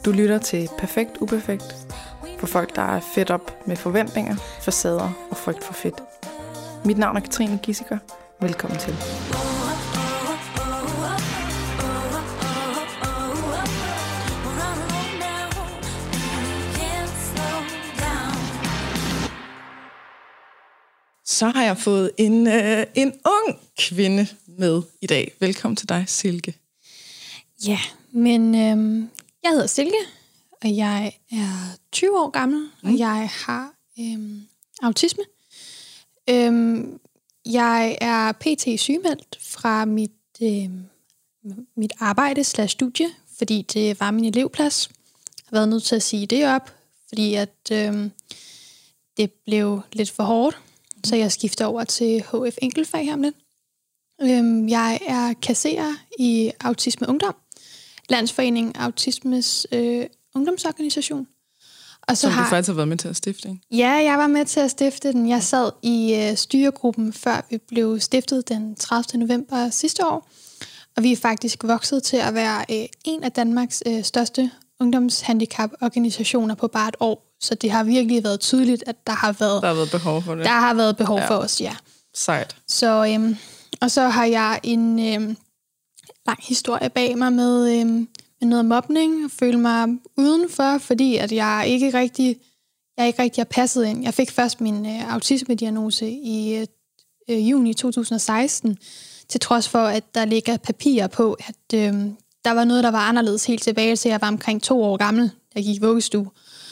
Du lytter til Perfekt Uperfekt for folk, der er fedt op med forventninger, facader og frygt for fedt. Mit navn er Katrine Gissiker. Velkommen til. Så har jeg fået en ung kvinde med i dag. Velkommen til dig, Silke. Ja, men jeg hedder Silke, og jeg er 20 år gammel, og jeg har autisme. Jeg er pt. Sygemeldt fra mit arbejde/studie, fordi det var min elevplads. Jeg har været nødt til at sige det op, fordi at det blev lidt for hårdt, så jeg skifter over til HF enkeltfag her om lidt. Jeg er kasserer i Autisme Ungdom, Landsforening Autismes ungdomsorganisation. Og så som du faktisk har været med til at stifte, ikke? Ja, jeg var med til at stifte den. Jeg sad i styregruppen, før vi blev stiftet den 30. november sidste år. Og vi er faktisk vokset til at være en af Danmarks største ungdomshandicaporganisationer på bare et år. Så det har virkelig været tydeligt, at der har været behov for det. Der har været behov for os, ja. Sejt. Så, og så har jeg en lang historie bag mig med noget mobning, og føle mig udenfor, fordi at jeg ikke rigtig har passet ind. Jeg fik først min autisme-diagnose i juni 2016, til trods for, at der ligger papirer på, at der var noget, der var anderledes helt tilbage til, jeg var omkring 2 år gammel, da jeg gik i vuggestue.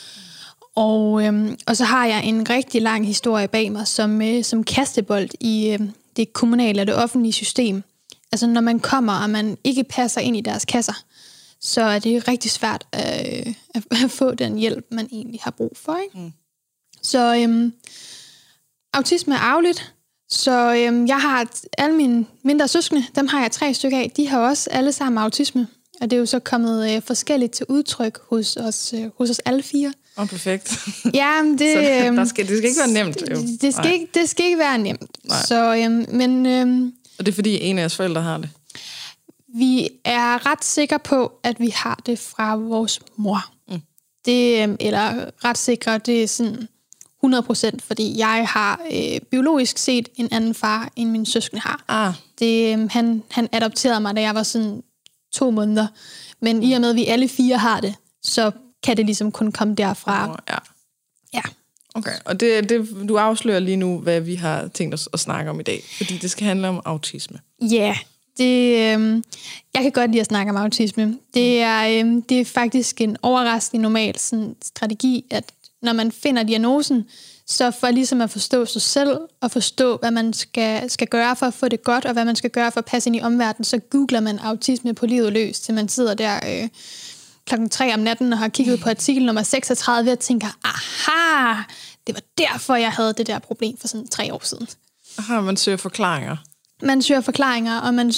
Og så har jeg en rigtig lang historie bag mig, som kastebold i det kommunale og det offentlige system. Altså når man kommer, og man ikke passer ind i deres kasser, så er det rigtig svært at få den hjælp, man egentlig har brug for. Ikke? Så autisme er arveligt. Så jeg har alle mine mindre søskende, dem har jeg 3 stykker af. De har også alle sammen autisme. Og det er jo så kommet forskelligt til udtryk hos os alle 4. Perfekt. Ja, det, det skal ikke være nemt. Jo. Det skal ikke være nemt. Nej. Så, og det er fordi en af jeres forældre har det? Vi er ret sikre på, at vi har det fra vores mor. Det, eller ret sikre, det er sådan 100%, fordi jeg har biologisk set en anden far, end min søskende har. Det, han adopterede mig, da jeg var sådan 2 måneder. Men i og med, at vi alle 4 har det, så kan det ligesom kun komme derfra. Ja. Okay, og du afslører lige nu, hvad vi har tænkt os at snakke om i dag, fordi det skal handle om autisme. Ja, jeg kan godt lide at snakke om autisme. Det er faktisk en overraskende normal sådan, strategi, at når man finder diagnosen, så for ligesom at forstå sig selv, og forstå, hvad man skal gøre for at få det godt, og hvad man skal gøre for at passe ind i omverdenen, så googler man autisme på livet løs, til man sidder der klokken 3 om natten og har kigget på artikel nummer 36 og tænker, aha, det var derfor, jeg havde det der problem for sådan 3 år siden. Aha, man søger forklaringer. Man søger forklaringer, og man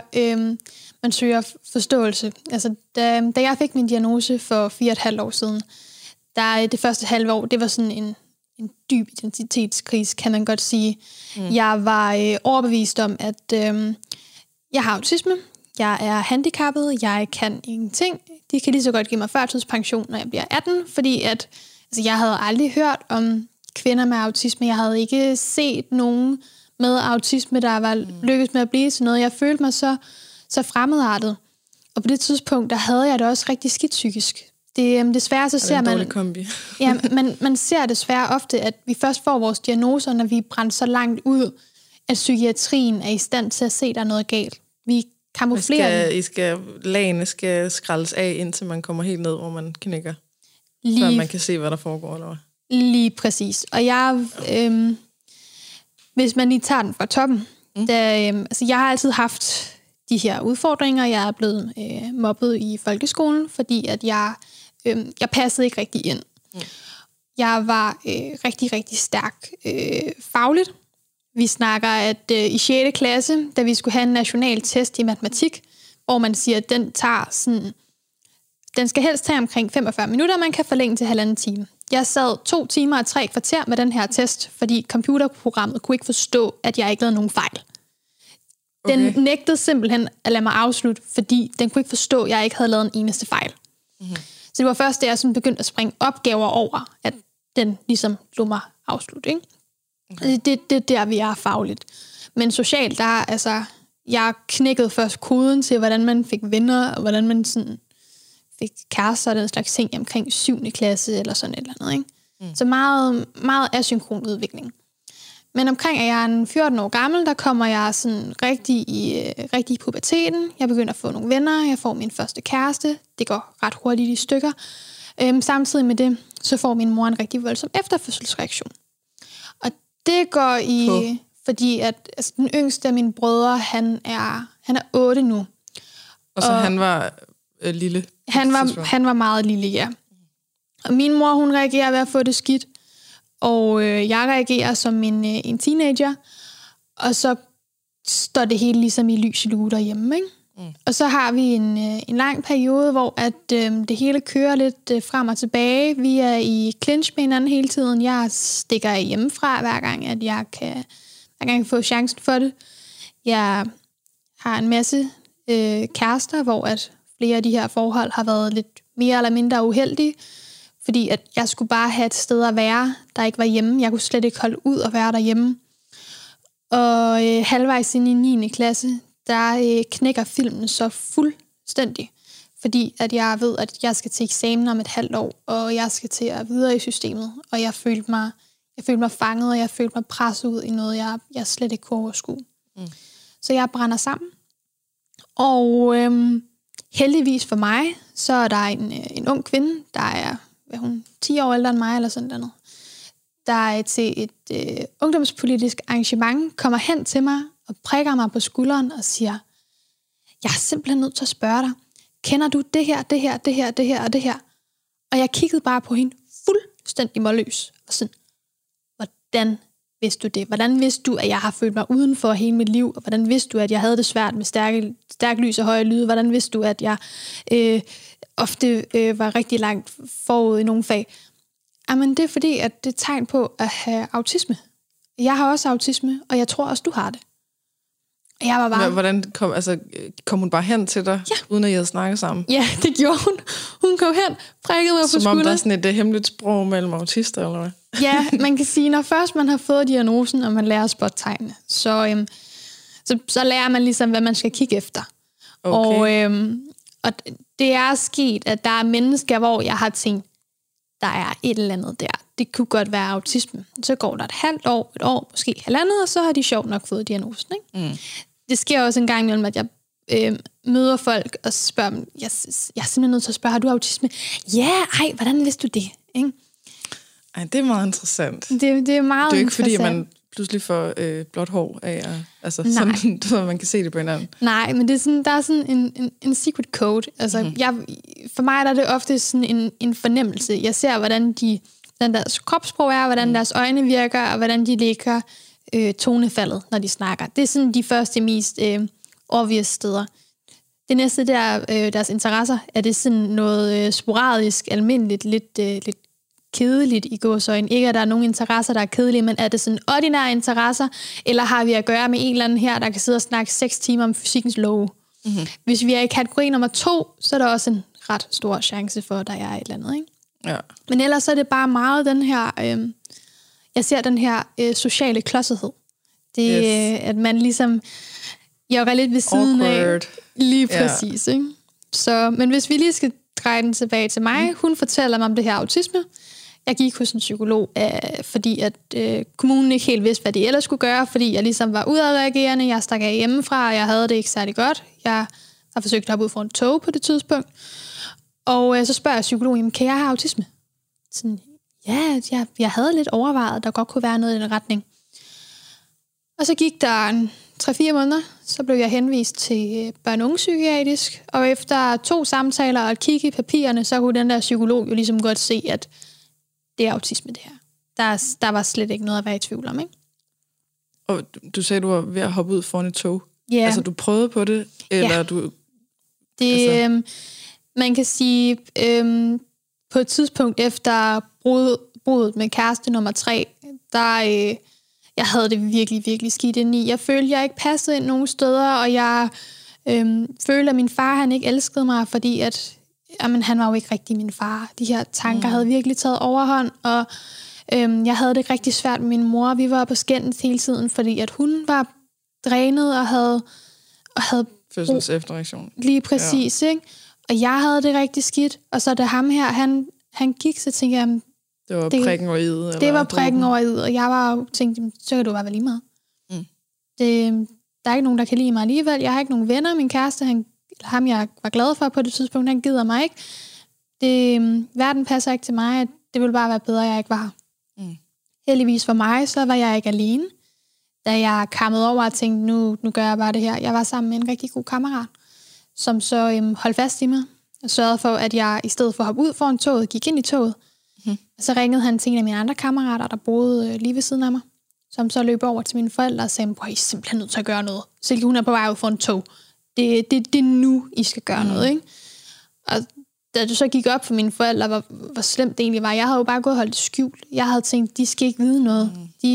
søger forståelse. Altså, da jeg fik min diagnose for 4,5 år siden, det første halve år, det var sådan en dyb identitetskrise, kan man godt sige. Jeg var overbevist om, at jeg har autisme, jeg er handicappet, jeg kan ingenting. De kan lige så godt give mig førtidspension, når jeg bliver 18, fordi at, altså, jeg havde aldrig hørt om kvinder med autisme. Jeg havde ikke set nogen med autisme, der var lykkedes med at blive til noget. Jeg følte mig så fremmedartet. Og på det tidspunkt, der havde jeg det også rigtig skidt psykisk. Desværre så ser man... kombi. Ja, man ser desværre ofte, at vi først får vores diagnoser, når vi er brændt så langt ud, at psykiatrien er i stand til at se, at der er noget galt. Vi kamuflerer lagene skal skrælles af, indtil man kommer helt ned, hvor man knækker. Før man kan se, hvad der foregår, eller hvad? Lige præcis. Og hvis man lige tager den fra toppen, altså jeg har altid haft de her udfordringer. Jeg er blevet mobbet i folkeskolen, fordi at jeg passede ikke rigtig ind. Jeg var rigtig, rigtig stærk fagligt. Vi snakker, at i 6. klasse, da vi skulle have en national test i matematik, hvor man siger, at den skal helst tage omkring 45 minutter, og man kan forlænge til 1,5 time. Jeg sad 2 timer og 3 kvarter med den her test, fordi computerprogrammet kunne ikke forstå, at jeg ikke lavede nogen fejl. Den nægtede simpelthen at lade mig afslutte, fordi den kunne ikke forstå, at jeg ikke havde lavet en eneste fejl. Mm-hmm. det var først, da jeg sådan begyndte at springe opgaver over, at den ligesom lå mig afslutte, ikke? Okay. Det er der, vi er fagligt. Men socialt, jeg knækkede først koden til, hvordan man fik venner, og hvordan man sådan fik kærester og den slags ting omkring 7. klasse eller sådan et eller andet, ikke? Så meget, meget asynkron udvikling. Men omkring, at jeg er 14 år gammel, der kommer jeg sådan rigtig i puberteten. Jeg begynder at få nogle venner, jeg får min første kæreste. Det går ret hurtigt i stykker. Samtidig med det, så får min mor en rigtig voldsom efterfødselsreaktion. Og det går fordi at den yngste af mine brødre, han er 8 nu. Og så han var lille? Han var meget lille, ja. Og min mor, hun reagerer ved at få det skidt. Og jeg reagerer som en teenager. Og så står det hele ligesom i lys i lue derhjemme, ikke? Og så har vi en lang periode, hvor at det hele kører lidt frem og tilbage. Vi er i clinch med hinanden hele tiden. Jeg stikker hjemmefra, hver gang at jeg kan få chancen for det. Jeg har en masse kærester, hvor at flere af de her forhold har været lidt mere eller mindre uheldige. Fordi at jeg skulle bare have et sted at være, der ikke var hjemme. Jeg kunne slet ikke holde ud og være derhjemme. Og halvvejs ind i 9. klasse, der knækker filmen så fuldstændig. Fordi at jeg ved, at jeg skal til eksamen om et halvt år, og jeg skal til at videre i systemet. Og jeg følte mig fanget, og jeg følte mig presset ud i noget, jeg slet ikke kunne overskue. Så jeg brænder sammen. Og heldigvis for mig, så er der en ung kvinde, der er 10 år ældre end mig, eller sådan noget, der er til et ungdomspolitisk arrangement, kommer hen til mig og prikker mig på skulderen og siger, jeg er simpelthen nødt til at spørge dig, kender du det her, det her, det her, det her og det her? Og jeg kiggede bare på hende fuldstændig målløs og sådan, hvordan vidste du det? Hvordan vidste du, at jeg har følt mig udenfor hele mit liv? Og hvordan vidste du, at jeg havde det svært med stærk lys og høje lyde? Hvordan vidste du, at jeg ofte var rigtig langt forud i nogle fag? Jamen, det er fordi, at det er tegn på at have autisme. Jeg har også autisme, og jeg tror også, du har det. Og jeg var bare... Hvordan kom hun bare hen til dig, uden at I havde snakket sammen? Ja, det gjorde hun. Hun kom hen, prikkede mig på skulderen. Som om der er sådan et hemmeligt sprog mellem autister, eller hvad? Ja, man kan sige, når først man har fået diagnosen, og man lærer spottegnene, så lærer man ligesom, hvad man skal kigge efter. Okay. Og det er sket, at der er mennesker, hvor jeg har tænkt, der er et eller andet der. Det kunne godt være autisme. Så går der et halvt år, et år, måske halvandet, og så har de sjovt nok fået diagnosen. Ikke? Det sker også en gang imellem, at jeg møder folk og spørger dem, jeg er simpelthen nødt til at spørge, har du autisme? Ja, hvordan vidste du det? Ikke? Ej, det er meget interessant. Det er meget interessant. Det er jo ikke fordi, at man pludselig får blåt hår af, sådan, så man kan se det på hinanden. Nej, men det er sådan, der er sådan en secret code. Altså, for mig der er det ofte sådan en fornemmelse. Jeg ser, hvordan deres kropssprog er, hvordan deres øjne virker, og hvordan de lægger tonefaldet, når de snakker. Det er sådan de første mest obvious steder. Det næste der, deres interesser, er det sådan noget sporadisk, almindeligt, lidt kedeligt i gåseøjne. Ikke, at der er nogen interesser, der er kedelige, men er det sådan ordinære interesser, eller har vi at gøre med en eller anden her, der kan sidde og snakke 6 timer om fysikkens love? Hvis vi er i kategori nummer 2, så er der også en ret stor chance for, at der er et eller andet, ikke? Ja. Men ellers så er det bare meget den her, jeg ser den her sociale klodsethed. Det at man ligesom jogger lidt ved siden af. Lige præcis, ikke? Så, men hvis vi lige skal dreje den tilbage til mig, hun fortæller mig om det her autisme. Jeg gik hos en psykolog, fordi at kommunen ikke helt vidste, hvad de ellers skulle gøre, fordi jeg ligesom var udadreagerende, jeg stak af hjemmefra, og jeg havde det ikke særlig godt. Jeg har forsøgt at hoppe ud fra en tog på det tidspunkt. Og så spørger jeg psykologen, kan jeg have autisme? Sådan, ja, jeg havde lidt overvejet, at der godt kunne være noget i den retning. Og så gik der 3-4 måneder, så blev jeg henvist til børne- og ungepsykiatrisk, og efter 2 samtaler og et kig i papirerne, så kunne den der psykolog jo ligesom godt se, at det er autisme, det her. Der var slet ikke noget at være i tvivl om, ikke? Og du sagde, du var ved at hoppe ud foran et tog. Yeah. Altså, du prøvede på det, eller du... Det, man kan sige, på et tidspunkt efter bruddet med kæreste nummer 3, der... jeg havde det virkelig, virkelig skidt indeni. Jeg følte, jeg ikke passede ind nogen steder, og jeg følte, at min far han ikke elskede mig, fordi at jamen, han var jo ikke rigtig min far. De her tanker havde virkelig taget overhånd, og jeg havde det rigtig svært med min mor. Vi var på skændes hele tiden, fordi at hun var drænet og havde fødsels efterreaktion. Lige præcis, ikke? Og jeg havde det rigtig skidt. Og så da ham her, han gik, så tænkte jeg, det var prikken over i'et? Det var prikken over i'et, og jeg var tænkte, så kan du bare være lige meget. Der er ikke nogen, der kan lide mig alligevel. Jeg har ikke nogen venner. Min kæreste, ham jeg var glad for på det tidspunkt, han gider mig ikke. Verden passer ikke til mig. Det ville bare være bedre, at jeg ikke var her. Heldigvis for mig, så var jeg ikke alene. Da jeg kammede over og tænkte, nu gør jeg bare det her. Jeg var sammen med en rigtig god kammerat, som så holdt fast i mig og sørgede for, at jeg i stedet for at hoppe ud foran toget, gik ind i toget. Og så ringede han til en af mine andre kammerater, der boede lige ved siden af mig, som så løb over til mine forældre og sagde, I er simpelthen nødt til at gøre noget. Silke, hun er på vej ud foran tog. Det er nu, I skal gøre noget, ikke? Og da det så gik op for mine forældre, hvor slemt det egentlig var, jeg havde jo bare gået og holdt det skjult. Jeg havde tænkt, de skal ikke vide noget.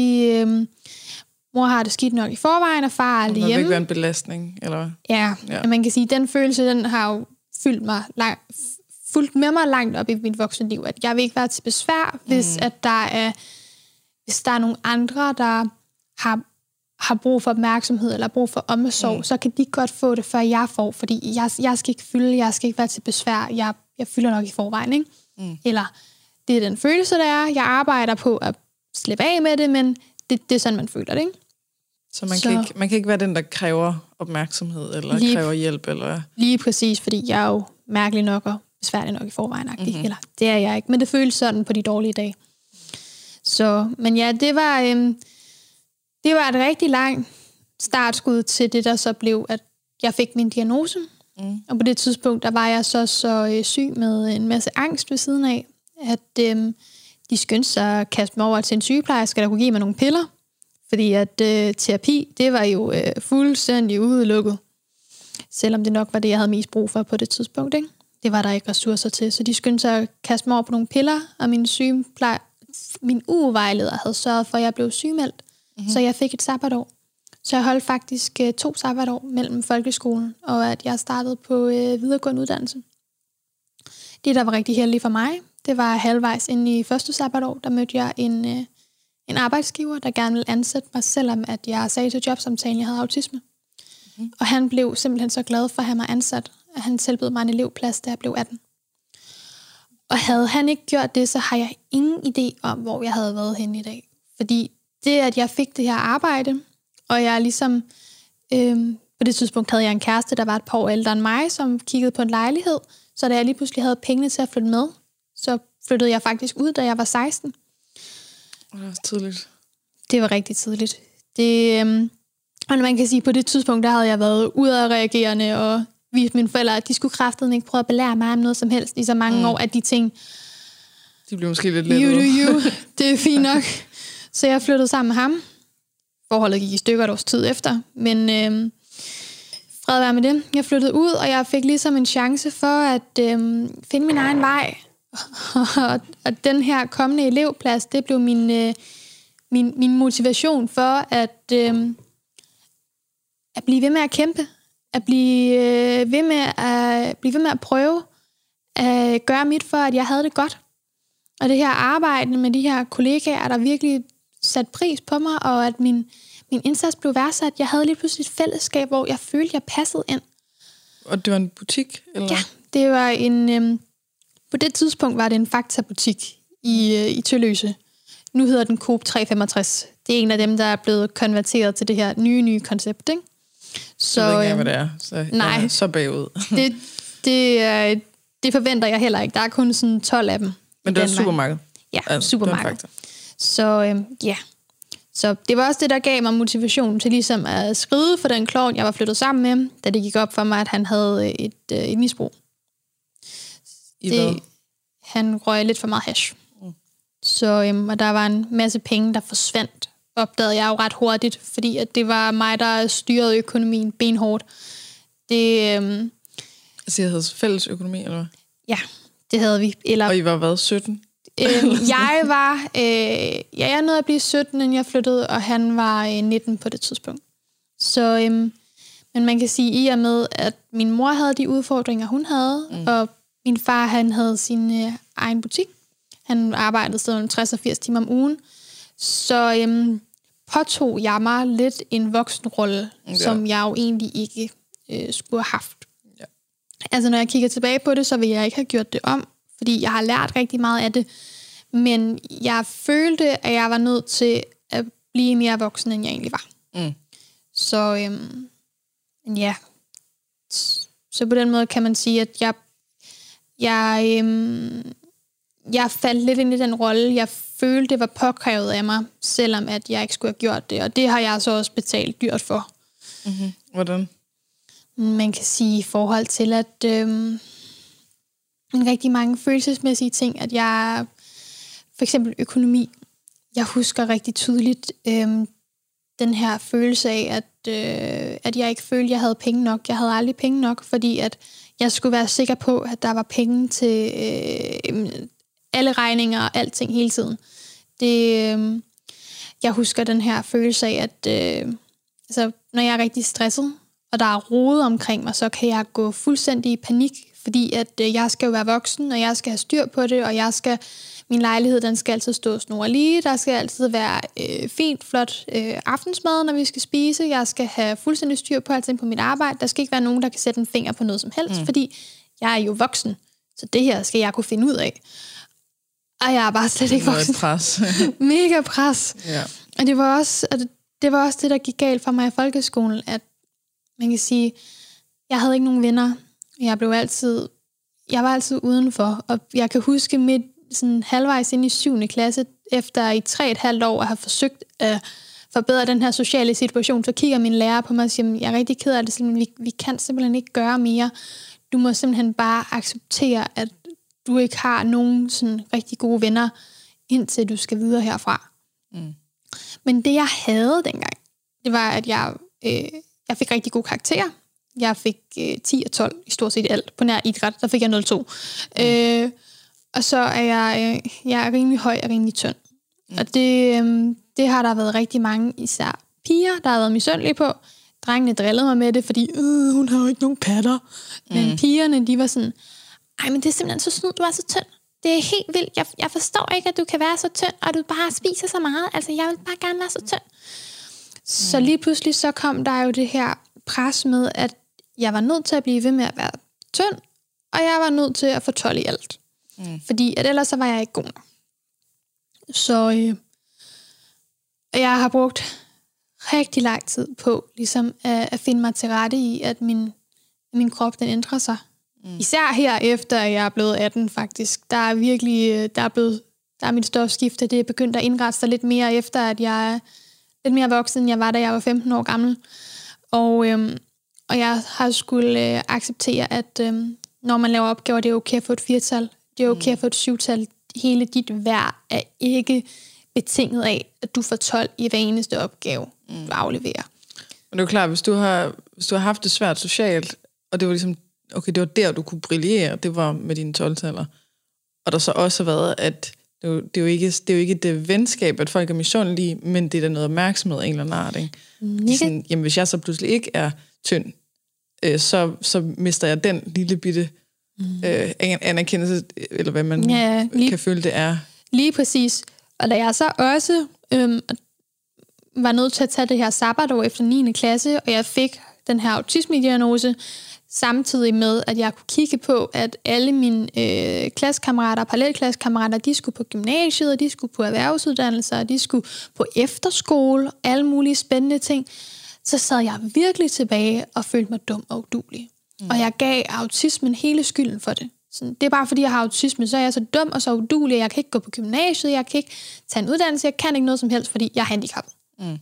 Mor har det skidt nok i forvejen, og far er aldrig hjemme. Det vil ikke være en belastning, eller? Ja, man kan sige, den følelse, den har jo fulgt med mig langt op i mit voksne liv, at jeg vil ikke være til besvær, hvis der er nogle andre, der har brug for opmærksomhed, eller brug for omsorg, så kan de godt få det, før jeg får, fordi jeg skal ikke fylde, jeg skal ikke være til besvær, jeg fylder nok i forvejen, ikke? Eller, det er den følelse, der er, jeg arbejder på at slippe af med det, men det er sådan, man føler det, ikke? Så man kan ikke være den, der kræver opmærksomhed, eller kræver hjælp, eller? Lige præcis, fordi jeg er jo mærkelig nok og besværlig nok i forvejen, eller det er jeg ikke, men det føles sådan på de dårlige dage. Så, men ja, det var et rigtig langt startskud til det, der så blev, at jeg fik min diagnose. Og på det tidspunkt, der var jeg så syg med en masse angst ved siden af, at de skyndte sig at kaste mig over til en sygeplejerske, der kunne give mig nogle piller. Fordi at terapi, det var jo fuldstændig udelukket. Selvom det nok var det, jeg havde mest brug for på det tidspunkt, ikke? Det var der ikke ressourcer til. Så de skyndte sig at kaste mig over på nogle piller, og min ugevejleder havde sørget for, at jeg blev sygemeldt. Så jeg fik et sabbatår. Så jeg holdt faktisk 2 sabbatår mellem folkeskolen, og at jeg startede på videregående uddannelse. Det, der var rigtig heldigt for mig, det var halvvejs inde i første sabbatår, der mødte jeg en arbejdsgiver, der gerne ville ansætte mig, selvom at jeg sagde til jobsamtalen, at jeg havde autisme. Og han blev simpelthen så glad for at have mig ansat, at han tilbød mig en elevplads, da jeg blev 18. Og havde han ikke gjort det, så har jeg ingen idé om, hvor jeg havde været henne i dag. Fordi det, at jeg fik det her arbejde, og jeg ligesom, på det tidspunkt havde jeg en kæreste, der var et par år ældre end mig, som kiggede på en lejlighed, så da jeg lige pludselig havde pengene til at flytte med, så flyttede jeg faktisk ud, da jeg var 16. Det var tidligt. Det var rigtig tidligt. Og man kan sige, på det tidspunkt, der havde jeg været udadreagerende, og vist mine forældre, at de skulle kraftedeme ikke prøve at belære mig om noget som helst i så mange år, at de tænkte, de blev måske lidt lettere. Det er fint nok. Så jeg flyttede sammen med ham. Forholdet gik i stykker et års tid efter, men fred være med det. Jeg flyttede ud, og jeg fik ligesom en chance for at finde min egen vej. Og den her kommende elevplads, det blev min motivation for at blive ved med at kæmpe. At blive ved med at prøve at gøre mit for, at jeg havde det godt. Og det her arbejde med de her kollegaer, der virkelig satte pris på mig, og at min indsats blev værdsat. Jeg havde lige pludselig et fællesskab, hvor jeg følte, jeg passede ind. Og det var en butik? Eller? Ja, det var på det tidspunkt var det en Fakta-butik i Tølløse. Nu hedder den Coop 365. Det er en af dem, der er blevet konverteret til det her nye koncept, ikke? Så jeg ved ikke, hvad det er. Så nej, jeg er så bagud. det forventer jeg heller ikke. Der er kun sådan 12 af dem. Men det er supermarked? Ja, altså, supermarked. Så så det var også det, der gav mig motivation til ligesom at skride for den klovn, jeg var flyttet sammen med, da det gik op for mig, at han havde et misbrug. Han røg lidt for meget hash. Så og der var en masse penge, der forsvandt, opdagede jeg jo ret hurtigt, fordi at det var mig, der styrede økonomien benhårdt. Altså, I havde fælles økonomi, eller hvad? Ja, det havde vi. Og I var hvad, 17? Jeg nåede at blive 17, inden jeg flyttede, og han var 19 på det tidspunkt. Så, men man kan sige, i og med, at min mor havde de udfordringer, hun havde, og Min far, han havde sin egen butik. Han arbejdede stadig 60 og 80 timer om ugen. Så påtog jeg mig lidt en voksenrolle, som jeg jo egentlig ikke skulle have haft. Ja. Altså, når jeg kigger tilbage på det, så vil jeg ikke have gjort det om, fordi jeg har lært rigtig meget af det. Men jeg følte, at jeg var nødt til at blive mere voksen, end jeg egentlig var. Så ja. Så på den måde kan man sige, at jeg faldt lidt ind i den rolle. Jeg følte, det var påkrævet af mig, selvom at jeg ikke skulle have gjort det. Og det har jeg så også betalt dyrt for. Mm-hmm. Hvordan? Man kan sige i forhold til, at rigtig mange følelsesmæssige ting, at jeg for eksempel økonomi, jeg husker rigtig tydeligt den her følelse af, at jeg ikke følte, at jeg havde penge nok. Jeg havde aldrig penge nok, fordi at jeg skulle være sikker på, at der var penge til alle regninger og alting hele tiden. Jeg husker den her følelse af, at altså, når jeg er rigtig stresset, og der er rode omkring mig, så kan jeg gå fuldstændig i panik, fordi at jeg skal jo være voksen, og jeg skal have styr på det, og min lejlighed, den skal altid stå snorlige, der skal altid være fint, flot aftensmad, når vi skal spise, jeg skal have fuldstændig styr på alting på mit arbejde, der skal ikke være nogen, der kan sætte en finger på noget som helst, fordi jeg er jo voksen, så det her skal jeg kunne finde ud af. Og jeg er bare slet ikke voksen. Pres. Mega pres. Ja. Og det var også det, der gik galt for mig i folkeskolen, at man kan sige, jeg havde ikke nogen venner. Jeg var altid udenfor, og jeg kan huske midt sådan halvvejs ind i 7. klasse, efter i 3,5 år at have forsøgt at forbedre den her sociale situation, så kigger min lærer på mig og siger, jeg er rigtig ked af det, vi kan simpelthen ikke gøre mere. Du må simpelthen bare acceptere, at du ikke har nogen sådan rigtig gode venner, indtil du skal videre herfra. Men det, jeg havde dengang, det var, at jeg fik rigtig gode karakterer. Jeg fik 10 og 12 i stort set alt. På nær idræt, der fik jeg 0,2. Og så er jeg er rimelig høj og rimelig tynd. Og det har der været rigtig mange, især piger, der har været misundelige på. Drengene drillede mig med det, fordi hun har jo ikke nogen patter. Men pigerne, de var sådan, ej, men det er simpelthen så snyd, du er så tynd. Det er helt vildt. Jeg forstår ikke, at du kan være så tynd, og du bare spiser så meget. Altså, jeg vil bare gerne være så tynd. Så lige pludselig så kom der jo det her pres med, at jeg var nødt til at blive ved med at være tynd, og jeg var nødt til at få 12 i alt. Fordi at ellers så var jeg ikke god nok. Så jeg har brugt rigtig lang tid på ligesom at finde mig til rette i, at min krop, den ændrer sig. Især her efter jeg er blevet 18 faktisk. Der er virkelig, der er mit stofskifte, det er begyndt at indrette sig lidt mere efter, at jeg er lidt mere voksen, end jeg var, da jeg var 15 år gammel. Og jeg har skulle acceptere, at når man laver opgaver, det er okay at få et 4-tal. Det er okay at få et 7-tal. Hele dit værd er ikke betinget af, at du får 12 i hver eneste opgave, du afleverer. Men det er jo klart, hvis du har haft det svært socialt, og det var ligesom, okay, det var der, du kunne brillere, det var med dine 12-taller. Og der så også har været, at det er jo ikke det venskab, at folk er misundelige, men det er da noget opmærksomhed af en eller anden art, ikke? Sådan, jamen, hvis jeg så pludselig ikke er tynd, så mister jeg den lille bitte anerkendelse, eller hvad man kan føle, det er. Lige præcis. Og da jeg så også var nødt til at tage det her sabbatår efter 9. klasse, og jeg fik den her autisme-diagnose, samtidig med, at jeg kunne kigge på, at alle mine klassekammerater, parallelklassekammerater, de skulle på gymnasiet, og de skulle på erhvervsuddannelser, og de skulle på efterskole, alle mulige spændende ting, så sad jeg virkelig tilbage og følte mig dum og uduelig. Og jeg gav autismen hele skylden for det. Så det er bare fordi, jeg har autisme, så er jeg så dum og så uduelig, jeg kan ikke gå på gymnasiet, jeg kan ikke tage en uddannelse, jeg kan ikke noget som helst, fordi jeg er handicappet.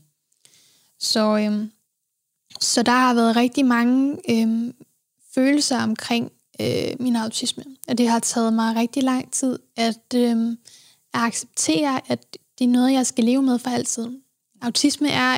Så der har været rigtig mange følelser omkring min autisme. Og det har taget mig rigtig lang tid at acceptere, at det er noget, jeg skal leve med for altid. Autisme er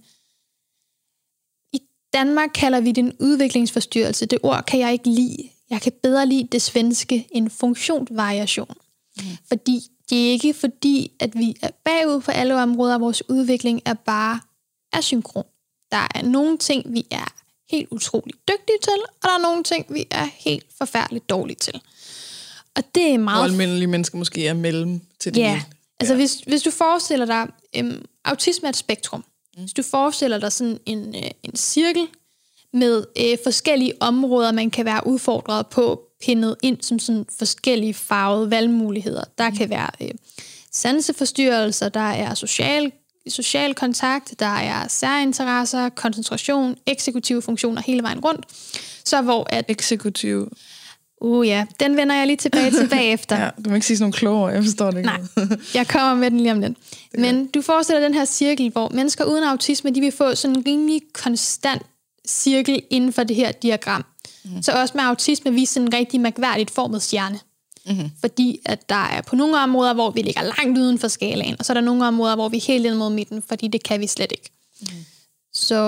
i Danmark kalder vi det en udviklingsforstyrrelse. Det ord kan jeg ikke lide. Jeg kan bedre lide det svenske, en funktionsvariation. Fordi det er ikke fordi, at vi er bagud på alle områder. Vores udvikling er bare asynkron. Der er nogle ting, vi er helt utroligt dygtige til, og der er nogle ting, vi er helt forfærdeligt dårlige til. Og det er meget... Hvor almindelige mennesker måske er mellem til det. Ja, altså hvis du forestiller dig, autisme er et spektrum. Hvis du forestiller dig sådan en cirkel med forskellige områder, man kan være udfordret på, pindet ind som sådan forskellige farvede valgmuligheder. Der kan være sanseforstyrrelser, der er social kontakt, der er særinteresser, koncentration, eksekutive funktioner hele vejen rundt. Så hvor at... Eksekutive... ja, den vender jeg lige tilbage til bagefter. Ja, du må ikke sige sådan nogle kloge, jeg forstår det ikke. Nej, jeg kommer med den lige om lidt. Men du forestiller den her cirkel, hvor mennesker uden autisme, de vil få sådan en rimelig konstant cirkel inden for det her diagram. Så også med autisme viser en rigtig mærkværdigt formet stjerne. Fordi at der er på nogle områder, hvor vi ligger langt uden for skalaen, og så er der nogle områder, hvor vi er helt ind mod midten, fordi det kan vi slet ikke. Så,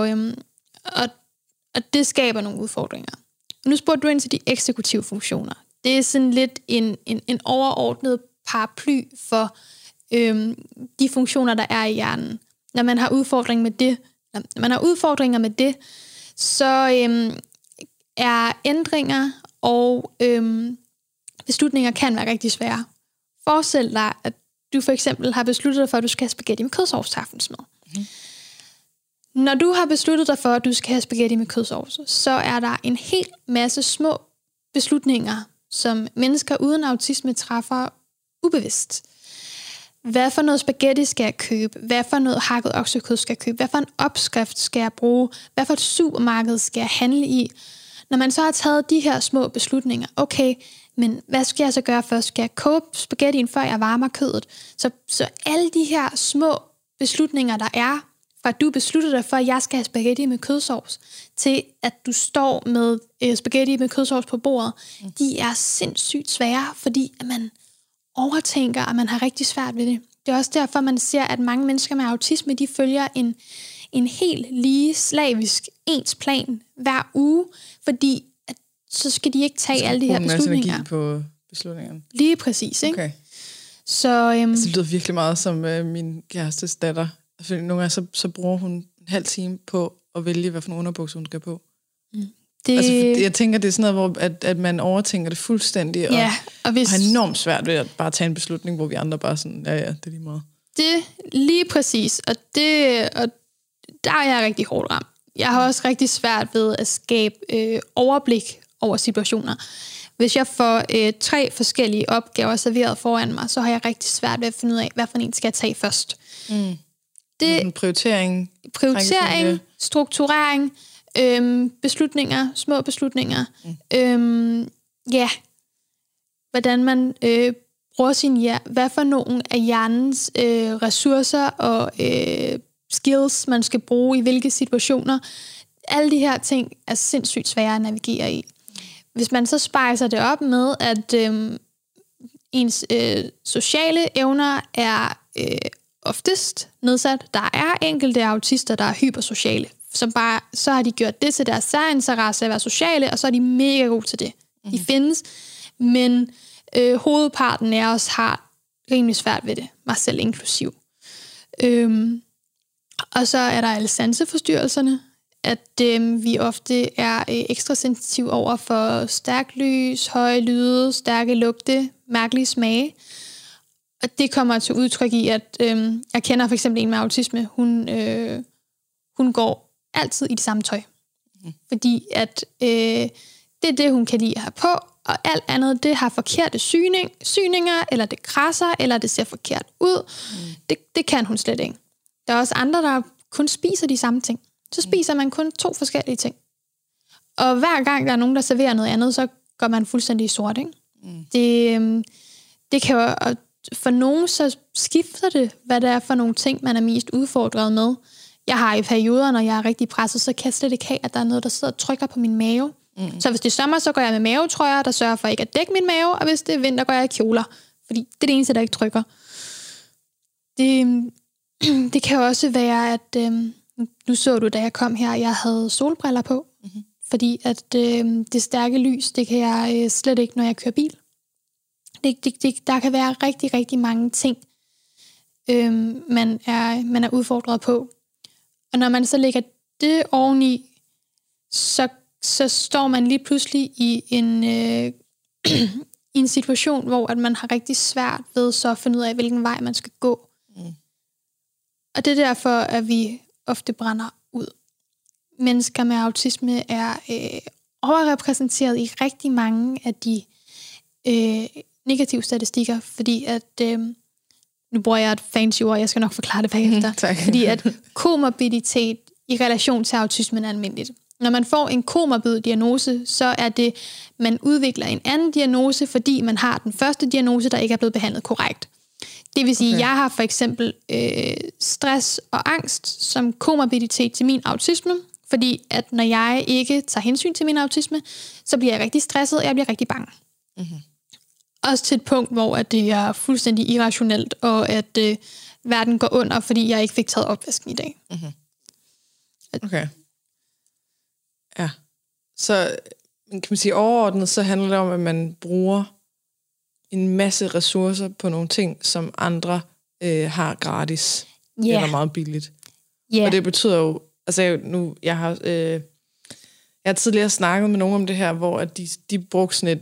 og det skaber nogle udfordringer. Nu spurgte du ind til de eksekutive funktioner. Det er sådan lidt en overordnet paraply for de funktioner, der er i hjernen. Når man har udfordringer med det, så er ændringer og beslutninger kan være rigtig svære. Forestil dig, at du for eksempel har besluttet dig for, at du skal have spaghetti med kødsovs til aftensmad. Når du har besluttet dig for, at du skal have spaghetti med kødsovs, så er der en hel masse små beslutninger, som mennesker uden autisme træffer ubevidst. Hvad for noget spaghetti skal jeg købe? Hvad for noget hakket oksekød skal jeg købe? Hvad for en opskrift skal jeg bruge? Hvad for et supermarked skal jeg handle i? Når man så har taget de her små beslutninger, okay, men hvad skal jeg så gøre først? Skal jeg koge spaghettien, før jeg varmer kødet? Så alle de her små beslutninger, der er, fra at du beslutter dig for, at jeg skal have spaghetti med kødsovs, til at du står med spaghetti med kødsovs på bordet, de er sindssygt svære, fordi at man overtænker, og man har rigtig svært ved det. Det er også derfor, man ser, at mange mennesker med autisme, de følger en helt lige slavisk ens plan hver uge, fordi at, så skal de ikke tage alle de her beslutninger. Energi på beslutningerne. Lige præcis, ikke? Okay. Så, det lyder virkelig meget som min kærestes datter. Nogle gange så bruger hun en halv time på at vælge, hvad for en underbukser hun skal på. Altså, jeg tænker, det er sådan noget, hvor at man overtænker det fuldstændig, og har enormt svært ved at bare tage en beslutning, hvor vi andre bare sådan, ja, det er lige meget. Det lige præcis, og der er jeg rigtig hårdt ramt. Jeg har også rigtig svært ved at skabe overblik over situationer. Hvis jeg får 3 forskellige opgaver serveret foran mig, så har jeg rigtig svært ved at finde ud af, hvad for en skal jeg tage først. Det prioritering, strukturering, beslutninger, små beslutninger. Hvordan man bruger sin hjerne, hvad for nogle af hjernens ressourcer og skills, man skal bruge i hvilke situationer. Alle de her ting er sindssygt svære at navigere i. Hvis man så spejser det op med, at ens sociale evner er oftest nedsat. Der er enkelte autister, der er hypersociale, som bare, så har de gjort det til deres særinteresse at være sociale, og så er de mega gode til det. De findes, men hovedparten af os har rimelig svært ved det, mig selv inklusiv. Og så er der alle sanseforstyrrelserne, at vi ofte er ekstra sensitive over for stærkt lys, høje lyde, stærke lugte, mærkelige smage. Og det kommer til udtryk i, at jeg kender for eksempel en med autisme, hun går altid i det samme tøj. Fordi at det er det, hun kan lide at have på, og alt andet, det har forkerte syninger, eller det krasser, eller det ser forkert ud. Det kan hun slet ikke. Der er også andre, der kun spiser de samme ting. Så spiser man kun 2 forskellige ting. Og hver gang der er nogen, der serverer noget andet, så går man fuldstændig sort, ikke? Det kan jo, for nogen så skifter det, hvad det er for nogle ting, man er mest udfordret med. Jeg har i perioder, når jeg er rigtig presset, så kan jeg slet ikke have, at der er noget, der sidder og trykker på min mave. Så hvis det er sommer, så går jeg med mavetrøjer, der sørger for ikke at dække min mave, og hvis det er vinter, går jeg i kjoler. Fordi det er det eneste, der ikke trykker. Det kan også være, at nu så du, da jeg kom her, jeg havde solbriller på. Fordi at det stærke lys, det kan jeg slet ikke, når jeg kører bil. Der kan være rigtig, rigtig mange ting, man er udfordret på. Og når man så lægger det oveni, så står man lige pludselig i en situation, hvor at man har rigtig svært ved så at finde ud af, hvilken vej man skal gå. Og det er derfor, at vi ofte brænder ud. Mennesker med autisme er overrepræsenteret i rigtig mange af de negative statistikker, fordi at, nu bruger jeg et fancy ord, jeg skal nok forklare det bagefter, fordi at komorbiditet i relation til autismen er almindeligt. Når man får en komorbid diagnose, så er det, man udvikler en anden diagnose, fordi man har den første diagnose, der ikke er blevet behandlet korrekt. Det vil sige, jeg har for eksempel stress og angst som komorbiditet til min autisme, fordi at når jeg ikke tager hensyn til min autisme, så bliver jeg rigtig stresset, og jeg bliver rigtig bange. Mm-hmm. Også til et punkt, hvor at det er fuldstændig irrationelt, og at verden går under, fordi jeg ikke fik taget opvasken i dag. Mm-hmm. Okay. Ja. Så kan man sige overordnet, så handler det om, at man bruger en masse ressourcer på nogle ting, som andre har gratis, eller meget billigt. Og det betyder jo, altså jeg har tidligere snakket med nogen om det her, hvor at de brugte sådan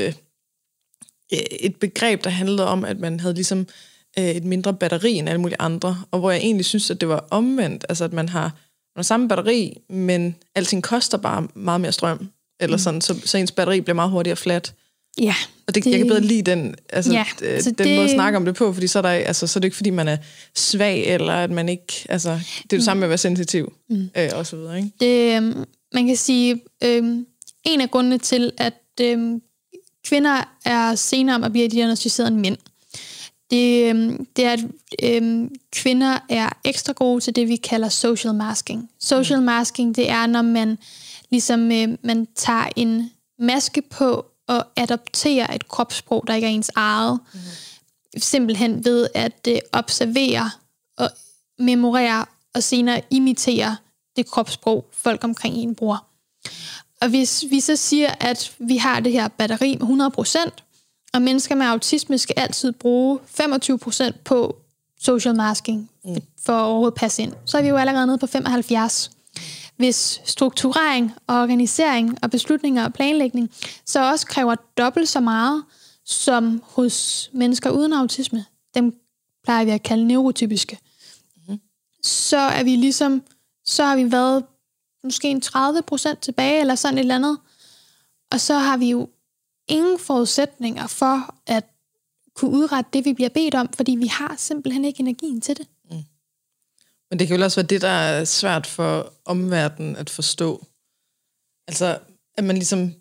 et begreb, der handlede om, at man havde ligesom et mindre batteri end alle mulige andre, og hvor jeg egentlig synes, at det var omvendt, altså at man har samme batteri, men alting koster bare meget mere strøm, eller sådan, så ens batteri bliver meget hurtigere flat. Ja. Og jeg kan bedre lide den, den måde at snakke om det på, fordi så er det ikke, fordi man er svag, eller at man ikke, altså, det er det samme med at være sensitiv, og så videre, ikke? Det, man kan sige, en af grundene til, at kvinder er senere om at blive diagnosticeret end mænd, det er, at kvinder er ekstra gode til det, vi kalder social masking. Social masking, det er, når man ligesom man tager en maske på og adopterer et kropssprog, der ikke er ens eget. Simpelthen ved at observere og memorere og senere imitere det kropssprog, folk omkring en bruger. Og hvis vi så siger, at vi har det her batteri med 100%, og mennesker med autisme skal altid bruge 25% på social masking, for at overhovedet passe ind, så er vi jo allerede nede på 75%. Hvis strukturering og organisering og beslutninger og planlægning så også kræver dobbelt så meget som hos mennesker uden autisme, dem plejer vi at kalde neurotypiske, så er vi ligesom, så har vi været måske en 30% tilbage, eller sådan et eller andet, og så har vi jo ingen forudsætninger for at kunne udrette det, vi bliver bedt om, fordi vi har simpelthen ikke energien til det. Men det kan jo også være det, der er svært for omverdenen at forstå. Altså, at man ligesom,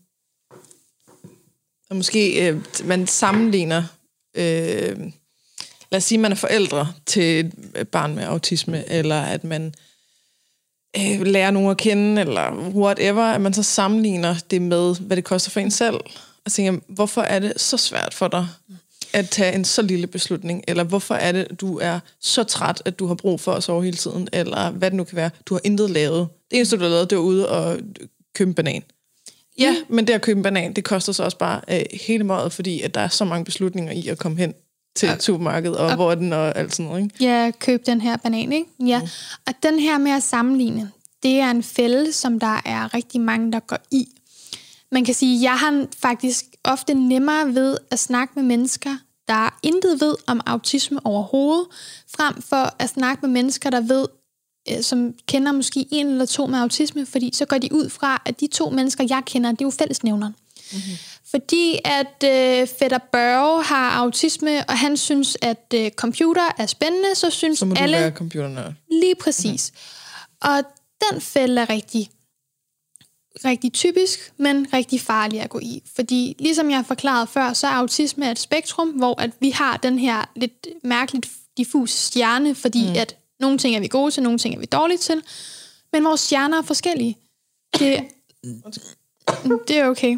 måske man sammenligner, lad os sige, man er forældre til et barn med autisme, eller at man lærer nogen at kende, eller whatever, at man så sammenligner det med, hvad det koster for en selv. Og tænker, hvorfor er det så svært for dig at tage en så lille beslutning? Eller hvorfor er det, du er så træt, at du har brug for at sove hele tiden? Eller hvad det nu kan være. Du har intet lavet. Det eneste, du har lavet, det er ude og købe en banan. Ja, men det at købe en banan, det koster så også bare hele meget, fordi at der er så mange beslutninger i at komme hen til et supermarked, og hvor er den, og alt sådan noget, ikke? Ja, køb den her banan, ikke? Ja. Og den her med at sammenligne, det er en fælde, som der er rigtig mange, der går i. Man kan sige, at jeg har faktisk ofte nemmere ved at snakke med mennesker, der intet ved om autisme overhovedet, frem for at snakke med mennesker, der ved, som kender måske en eller to med autisme, fordi så går de ud fra, at de to mennesker, jeg kender, det er jo fællesnævneren. Mm-hmm. Fordi at fætter Børge har autisme, og han synes, at computer er spændende, så synes så må alle... du være computernørd. Lige præcis. Mm-hmm. Og den fælde er rigtig typisk, men rigtig farlig at gå i. Fordi ligesom jeg forklarede før, så er autisme et spektrum, hvor at vi har den her lidt mærkeligt diffus stjerne, fordi at nogle ting er vi gode til, nogle ting er vi dårlige til, men vores stjerner er forskellige. Det er okay.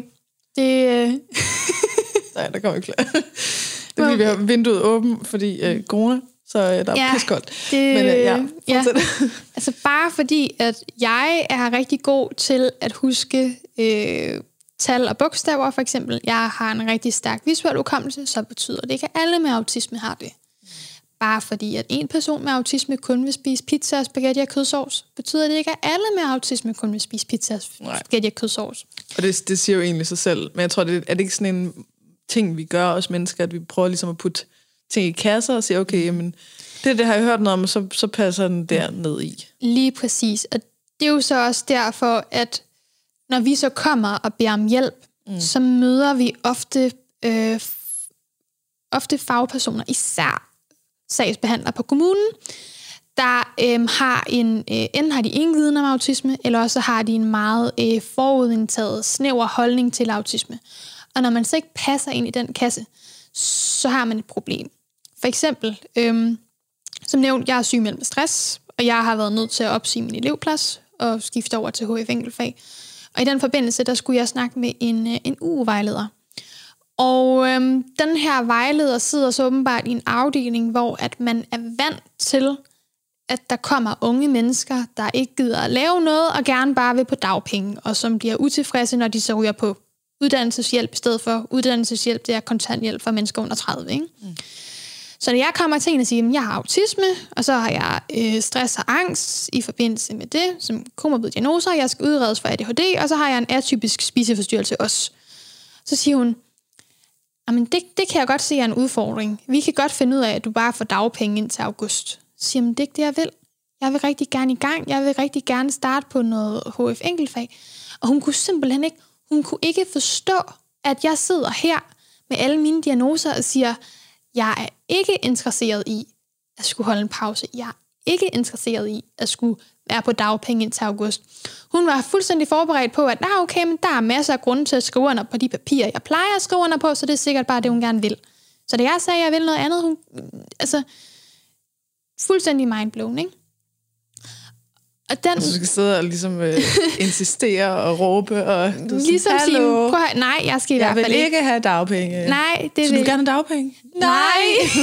Nej, der kommer ikke flere. Det er fordi, vi har vinduet åbent, fordi corona, så der er piskoldt. Altså bare fordi, at jeg er rigtig god til at huske tal og bogstaver, for eksempel. Jeg har en rigtig stærk visuel hukommelse, så betyder det ikke, at alle med autisme har det. bare fordi, at en person med autisme kun vil spise pizza og spaghetti og kødsovs, betyder det ikke, at alle med autisme kun vil spise pizza og spaghetti og kødsovs. Og det siger jo egentlig sig selv. Men jeg tror, er det ikke sådan en ting, vi gør os mennesker, at vi prøver ligesom at putte ting i kasser og sige, okay, jamen, det har jeg hørt noget om, og så passer den der ned i. Lige præcis. Og det er jo så også derfor, at når vi så kommer og beder om hjælp, så møder vi ofte fagpersoner, især sagsbehandlere på kommunen, der enten har de ingen viden om autisme, eller også har de en meget forudindtaget, snæver holdning til autisme. Og når man så ikke passer ind i den kasse, så har man et problem. For eksempel, som nævnt, jeg er sygemeldt med stress, og jeg har været nødt til at opsige min elevplads og skifte over til HF enkeltfag. Og i den forbindelse, der skulle jeg snakke med en UU-vejleder. Og den her vejleder sidder så åbenbart i en afdeling, hvor at man er vant til, at der kommer unge mennesker, der ikke gider at lave noget, og gerne bare vil på dagpenge, og som bliver utilfredse, når de så ryger på uddannelseshjælp, i stedet for uddannelseshjælp, det er kontanthjælp for mennesker under 30. Ikke? Så når jeg kommer til en og siger, at jeg har autisme, og så har jeg stress og angst i forbindelse med det, som komorbide diagnoser, jeg skal udredes for ADHD, og så har jeg en atypisk spiseforstyrrelse også. Så siger hun, jamen det kan jeg godt se er en udfordring. Vi kan godt finde ud af, at du bare får dagpenge indtil august. Så siger hun, det er ikke det, jeg vil. Jeg vil rigtig gerne i gang. Jeg vil rigtig gerne starte på noget HF enkeltfag. Og hun kunne simpelthen ikke, forstå, at jeg sidder her med alle mine diagnoser og siger, jeg er ikke interesseret i at skulle holde en pause. Jeg er ikke interesseret i at skulle være på dagpenge indtil august. Hun var fuldstændig forberedt på, at okay, men der er masser af grunde til at skrive under på de papirer, jeg plejer at skrive under på, så det er sikkert bare det, hun gerne vil. Så da jeg sagde, at jeg vil noget andet, hun, fuldstændig mindblown, ikke? Og den, du skal sidde og ligesom insistere og råbe og du ligesom sige, nej, jeg skal i hvert fald ikke have dagpenge. Nej, det så du vil gerne have dagpenge? Nej.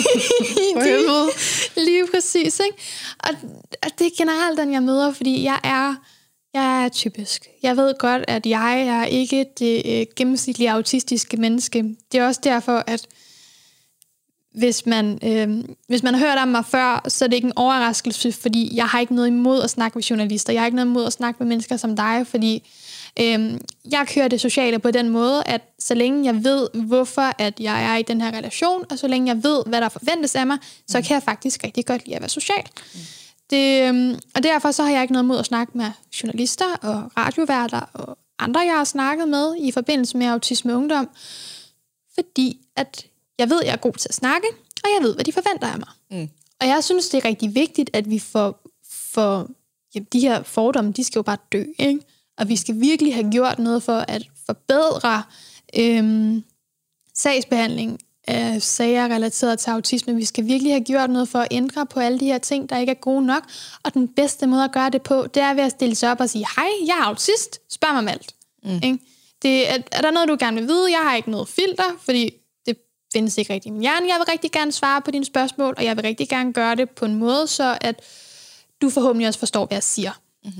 Lige præcis, ikke? Og det er generelt den, jeg møder, fordi jeg er typisk. Jeg ved godt, at jeg er ikke det gennemsnitlige autistiske menneske. Det er også derfor, at hvis man har hørt om mig før, så er det ikke en overraskelse, fordi jeg har ikke noget imod at snakke med journalister. Jeg har ikke noget imod at snakke med mennesker som dig, fordi jeg kører det sociale på den måde, at så længe jeg ved, hvorfor at jeg er i den her relation, og så længe jeg ved, hvad der forventes af mig, så kan jeg faktisk rigtig godt lide at være social. Og derfor så har jeg ikke noget imod at snakke med journalister og radioværter og andre, jeg har snakket med i forbindelse med autisme ungdom, fordi at jeg ved, jeg er god til at snakke, og jeg ved, hvad de forventer af mig. Og jeg synes, det er rigtig vigtigt, at vi får de her fordomme, de skal jo bare dø, ikke? Og vi skal virkelig have gjort noget for at forbedre sagsbehandling af sager relateret til autisme. Vi skal virkelig have gjort noget for at ændre på alle de her ting, der ikke er gode nok. Og den bedste måde at gøre det på, det er ved at stille sig op og sige, hej, jeg er autist, spørg mig om alt. Ikke? Er der noget, du gerne vil vide? Jeg har ikke noget filter, fordi det findes ikke rigtig i min hjerne. Jeg vil rigtig gerne svare på dine spørgsmål, og jeg vil rigtig gerne gøre det på en måde, så at du forhåbentlig også forstår, hvad jeg siger.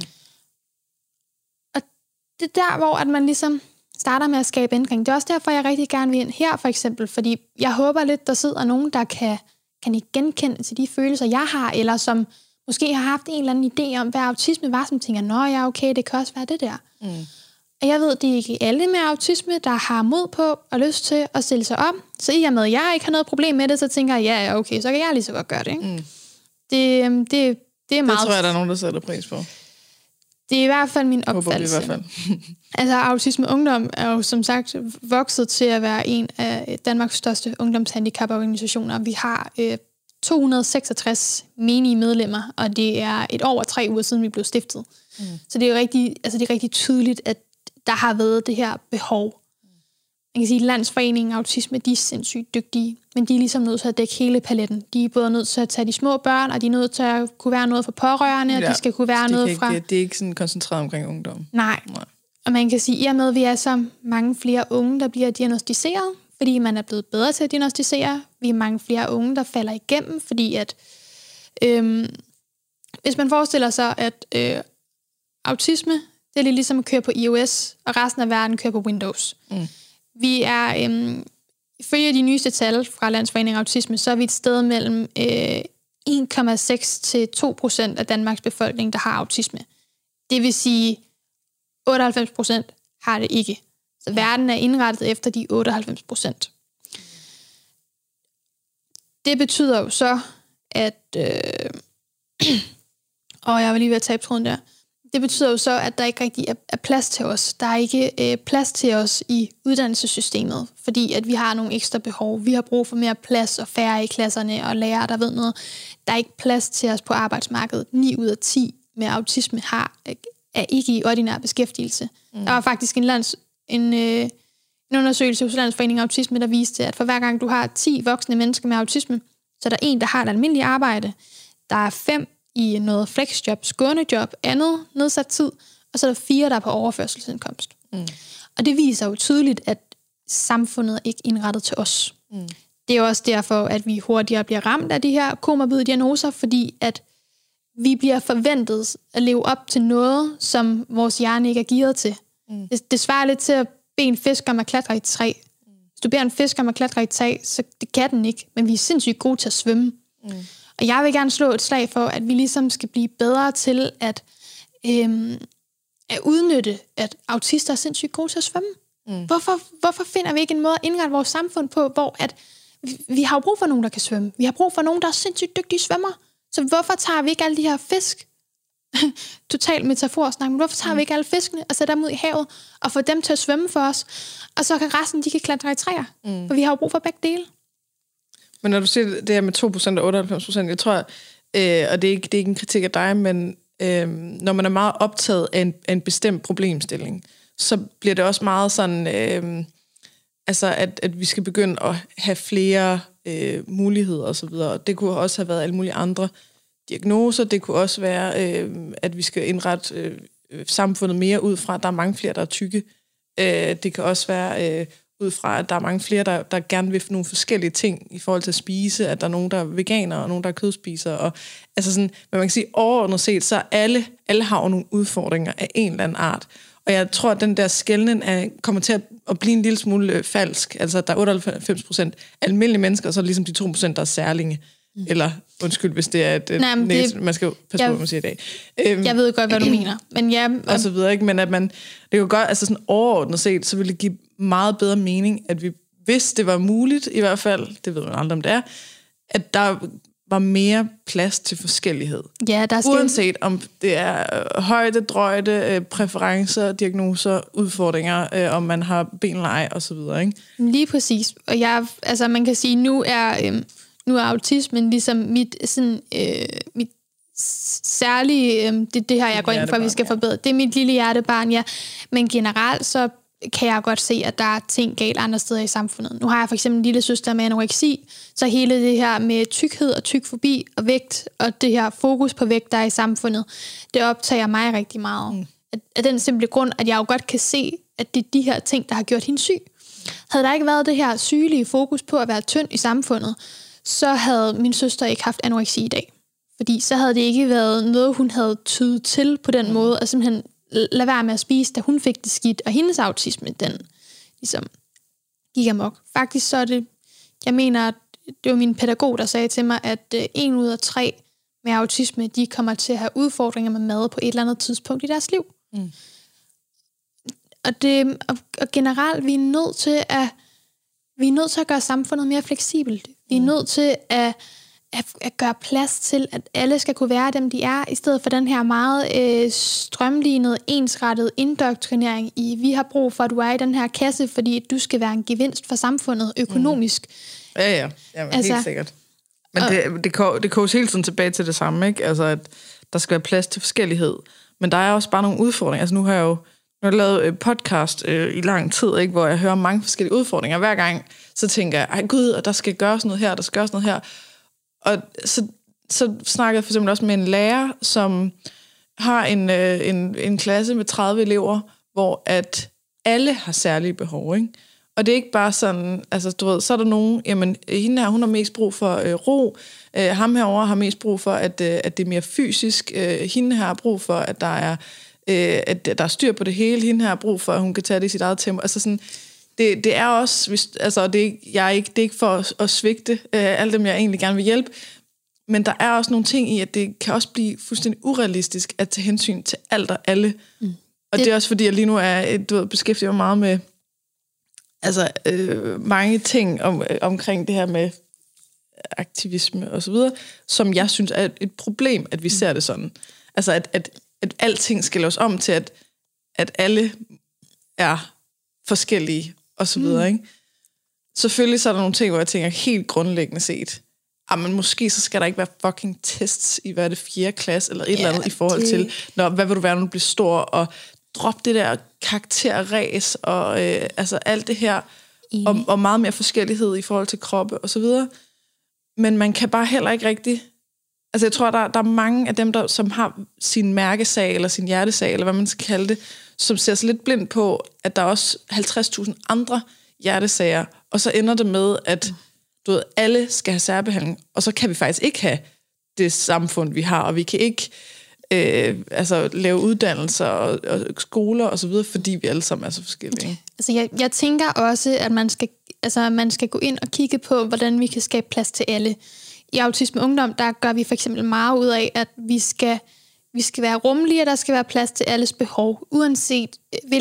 Og det er der, hvor at man ligesom starter med at skabe ændring. Det er også derfor, jeg rigtig gerne vil ind her, for eksempel, fordi jeg håber lidt, der sidder nogen, der kan ikke genkende til de følelser, jeg har, eller som måske har haft en eller anden idé om, hvad autisme var, som tænker, nå ja, okay, det kan også være det der. Og jeg ved, det er ikke alle med autisme, der har mod på og lyst til at stille sig op. Så i og med, at jeg ikke har noget problem med det, så tænker jeg, ja, okay, så kan jeg lige så godt gøre det. Ikke? Det er meget... Det tror jeg, der er nogen, der sætter pris på. Det er i hvert fald min opfattelse. I hvert fald. Altså, Autisme Ungdom er jo som sagt vokset til at være en af Danmarks største ungdomshandicaporganisationer. Vi har 266 menige medlemmer, og det er over 3 uger siden, vi blev stiftet. Så det er jo rigtig tydeligt, at der har været det her behov. Man kan sige, at Landsforeningen Autisme, de er sindssygt dygtige, men de er ligesom nødt til at dække hele paletten. De er både nødt til at tage de små børn, og de er nødt til at kunne være noget for pårørende, og de skal kunne være noget fra... Det er ikke sådan koncentreret omkring ungdom. Nej. Og man kan sige, at i og med, at vi er så mange flere unge, der bliver diagnostiseret, fordi man er blevet bedre til at diagnostisere. Vi er mange flere unge, der falder igennem, fordi at... hvis man forestiller sig, at autisme, det er ligesom at køre på iOS, og resten af verden kører på Windows. Vi er, ifølge de nyeste tal fra Landsforeningen Autisme, så er vi et sted mellem 1,6 til 2% af Danmarks befolkning, der har autisme. Det vil sige, 98% har det ikke. Så verden er indrettet efter de 98%. Det betyder jo så, at... jeg var lige ved at tabe tråden der. Det betyder jo så, at der ikke rigtig er plads til os. Der er ikke plads til os i uddannelsessystemet, fordi at vi har nogle ekstra behov. Vi har brug for mere plads og færre i klasserne og lærere, der ved noget. Der er ikke plads til os på arbejdsmarkedet. 9 ud af 10 med autisme er ikke i ordinær beskæftigelse. Der var faktisk en undersøgelse hos Landsforeningen Autisme, der viste, at for hver gang du har 10 voksne mennesker med autisme, så er der en, der har et almindeligt arbejde. Der er 5 i noget flexjob, skånejob, andet nedsat tid, og så er der 4, der er på overførselsindkomst. Og det viser jo tydeligt, at samfundet er ikke indrettet til os. Det er også derfor, at vi hurtigere bliver ramt af de her komorbide diagnoser, fordi at vi bliver forventet at leve op til noget, som vores hjerne ikke er gearet til. Det svarer lidt til at bede en fisk om at klatre i et træ. Hvis du beder en fisk om at klatre i et træ, så det kan den ikke, men vi er sindssygt gode til at svømme. Og jeg vil gerne slå et slag for, at vi ligesom skal blive bedre til at udnytte, at autister er sindssygt gode til at svømme. Hvorfor finder vi ikke en måde at indrette vores samfund på, hvor at vi har brug for nogen, der kan svømme. Vi har brug for nogen, der er sindssygt dygtige svømmer. Så hvorfor tager vi ikke alle de her fisk? Totalt metaforsnak, men hvorfor tager vi ikke alle fiskene og sætter dem ud i havet og får dem til at svømme for os? Og så kan resten, de kan klatre i træer. For vi har jo brug for begge dele. Men når du siger det her med 2% og 98%, jeg tror, og det er ikke en kritik af dig, men når man er meget optaget af en bestemt problemstilling, så bliver det også meget sådan, at vi skal begynde at have flere muligheder og så videre. Det kunne også have været alle mulige andre diagnoser. Det kunne også være, at vi skal indrette samfundet mere ud fra, at der er mange flere, der er tykke. Det kan også være ud fra, at der er mange flere, der gerne vil nogle forskellige ting i forhold til at spise, at der er nogen, der er veganer, og nogen, der er kødspisere. Og, altså sådan, men man kan sige, overordnet set, så alle har jo nogle udfordringer af en eller anden art. Og jeg tror, at den der skelnen kommer til at blive en lille smule falsk. Altså, der er 98% almindelige mennesker, og så er det ligesom de 2%, der er særlinge. Eller, undskyld, hvis det er man skal jo passe på, hvad man siger i dag. Jeg ved godt, hvad du mener. Men ja, og så videre, ikke? Men at det kan godt, altså sådan overordnet set, så ville det give meget bedre mening, at vi, hvis det var muligt, i hvert fald, det ved man aldrig, om det er, at der var mere plads til forskellighed. Ja, uanset om det er højde, drøjde, præferencer, diagnoser, udfordringer, om man har ben eller ej, og så videre, ikke? Lige præcis. Og man kan sige, nu er autismen ligesom mit særlige, det her, jeg går ind for, at vi skal forbedre. Det er mit lille hjertebarn, ja. Men generelt, så kan jeg godt se, at der er ting galt andre steder i samfundet. Nu har jeg for eksempel en lille søster med anoreksi, så hele det her med tykthed og tykfobi og vægt, og det her fokus på vægt, der er i samfundet, det optager mig rigtig meget. Af den simple grund, at jeg jo godt kan se, at det er de her ting, der har gjort hende syg. Havde der ikke været det her sygelige fokus på at være tynd i samfundet, så havde min søster ikke haft anoreksi i dag. Fordi så havde det ikke været noget, hun havde tydet til på den måde, og simpelthen lade være med at spise, da hun fik det skidt, og hendes autisme, den ligesom gik amok. Faktisk så er det, jeg mener, at det var min pædagog, der sagde til mig, at 1 ud af 3 med autisme, de kommer til at have udfordringer med mad på et eller andet tidspunkt i deres liv. Og generelt, vi er nødt til at gøre samfundet mere fleksibelt. Vi er nødt til at gøre plads til, at alle skal kunne være dem, de er, i stedet for den her meget strømlignede, ensrettede indoktrinering i, vi har brug for, at du er i den her kasse, fordi du skal være en gevinst for samfundet økonomisk. Ja. Jamen, helt sikkert. Men det koges hele tiden tilbage til det samme, ikke? Altså, at der skal være plads til forskellighed. Men der er også bare nogle udfordringer. Altså, nu har jeg lavet podcast i lang tid, ikke? Hvor jeg hører mange forskellige udfordringer. Hver gang, så tænker jeg, ej gud, og der skal gøres noget her, der skal gøres noget her. Og så snakker jeg for eksempel også med en lærer, som har en klasse med 30 elever, hvor at alle har særlige behov, ikke? Og det er ikke bare sådan, altså du ved, så er der nogen, jamen hende her, hun har mest brug for ro, ham herovre har mest brug for, at det er mere fysisk, hende her har brug for, at der er styr på det hele, hende her har brug for, at hun kan tage det i sit eget tempo, altså sådan. Det er også, altså det er ikke for at svigte alle dem, jeg egentlig gerne vil hjælpe, Men der er også nogle ting i, at det kan også blive fuldstændig urealistisk at tage hensyn til alt og alle. Og det er også fordi, jeg lige nu er beskæftiget mig meget med mange ting omkring det her med aktivisme og så videre, som jeg synes er et problem, at vi ser det sådan. Altså, at alting skal laves om til, at alle er forskellige og så videre, ikke? Selvfølgelig så er der nogle ting, hvor jeg tænker helt grundlæggende set, men måske så skal der ikke være fucking tests i, hvad er det, 4. klasse, eller et eller andet i forhold til, hvad vil du være, når du bliver stor, og drop det der karakterræs, og alt det her, og meget mere forskellighed i forhold til kroppe, og så videre. Men man kan bare heller ikke rigtig... Altså jeg tror, der er mange af dem, som har sin mærkesag, eller sin hjertesag, eller hvad man skal kalde det, som ser sig lidt blind på, at der er også 50.000 andre hjertesager, og så ender det med, at alle skal have særbehandling, og så kan vi faktisk ikke have det samfund, vi har, og vi kan ikke lave uddannelser og skoler og så videre, fordi vi alle sammen er så forskellige. Altså jeg tænker også, at man skal gå ind og kigge på, hvordan vi kan skabe plads til alle. I Autisme Ungdom, der gør vi for eksempel meget ud af, at vi skal være rummelige, og der skal være plads til alles behov, uanset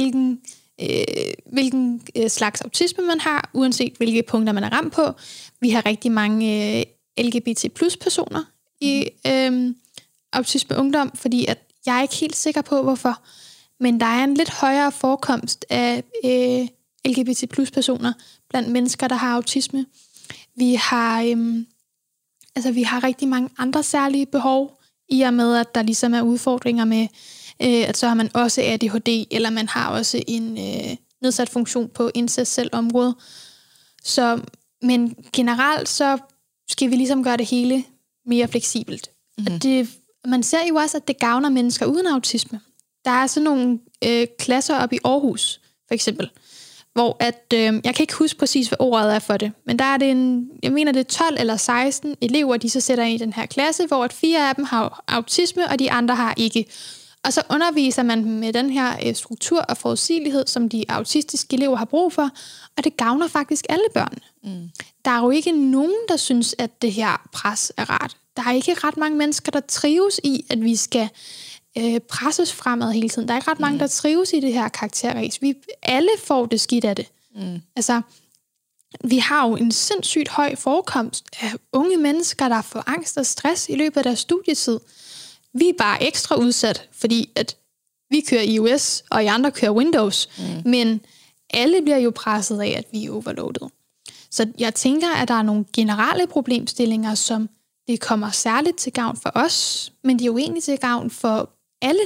hvilken slags autisme man har, uanset hvilke punkter man er ramt på. Vi har rigtig mange LGBT+ personer i Autisme Ungdom, fordi at jeg er ikke helt sikker på, hvorfor, men der er en lidt højere forekomst af LGBT+ personer blandt mennesker, der har autisme. Vi har rigtig mange andre særlige behov, i og med, at der ligesom er udfordringer med, at så har man også ADHD, eller man har også en nedsat funktion på incest-området. Men generelt så skal vi ligesom gøre det hele mere fleksibelt. Man ser jo også, at det gavner mennesker uden autisme. Der er sådan nogle klasser op i Aarhus, for eksempel, hvor jeg kan ikke huske præcis, hvad ordet er for det, men der er det jeg mener det er 12 eller 16 elever, de så sætter i den her klasse, hvor at 4 af dem har autisme, og de andre har ikke. Og så underviser man dem med den her struktur og forudsigelighed, som de autistiske elever har brug for, og det gavner faktisk alle børn. Der er jo ikke nogen, der synes, at det her pres er rart. Der er ikke ret mange mennesker, der trives i, at vi skal presses fremad hele tiden. Der er ikke ret mange, der trives i det her karakterræs. Vi alle får det skidt af det. Altså, vi har jo en sindssygt høj forekomst af unge mennesker, der får angst og stress i løbet af deres studietid. Vi er bare ekstra udsat, fordi at vi kører iOS, og I andre kører Windows. Men alle bliver jo presset af, at vi er overloadet. Så jeg tænker, at der er nogle generelle problemstillinger, som det kommer særligt til gavn for os, men de er jo egentlig til gavn for alle.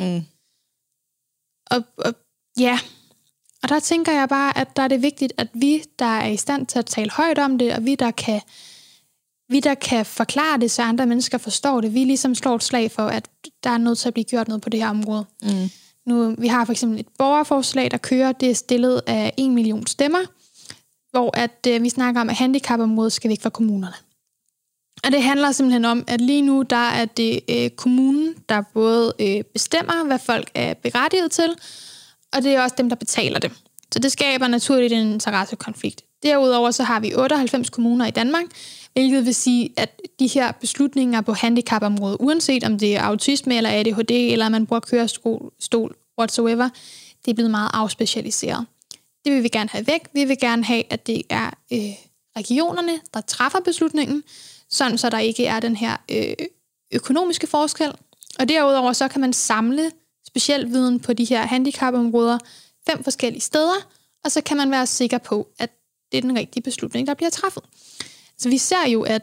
Og der tænker jeg bare, at der er det vigtigt, at vi, der er i stand til at tale højt om det, og vi, der kan forklare det, så andre mennesker forstår det, vi ligesom slår et slag for, at der er nødt til at blive gjort noget på det her område. Nu, vi har for eksempel et borgerforslag, der kører, det er stillet af 1 million stemmer, hvor at vi snakker om, at handicapområdet skal væk fra kommunerne. Og det handler simpelthen om, at lige nu, der er det kommunen, der både bestemmer, hvad folk er berettiget til, og det er også dem, der betaler det. Så det skaber naturligt en interessekonflikt. Derudover så har vi 98 kommuner i Danmark, hvilket vil sige, at de her beslutninger på handicapområdet, uanset om det er autisme eller ADHD, eller man bruger kørestol, whatsoever, det er blevet meget afspecialiseret. Det vil vi gerne have væk. Vi vil gerne have, at det er regionerne, der træffer beslutningen, sådan så der ikke er den her økonomiske forskel. Og derudover så kan man samle speciel viden på de her handicapområder 5 forskellige steder, og så kan man være sikker på, at det er den rigtige beslutning, der bliver træffet. Så vi ser jo, at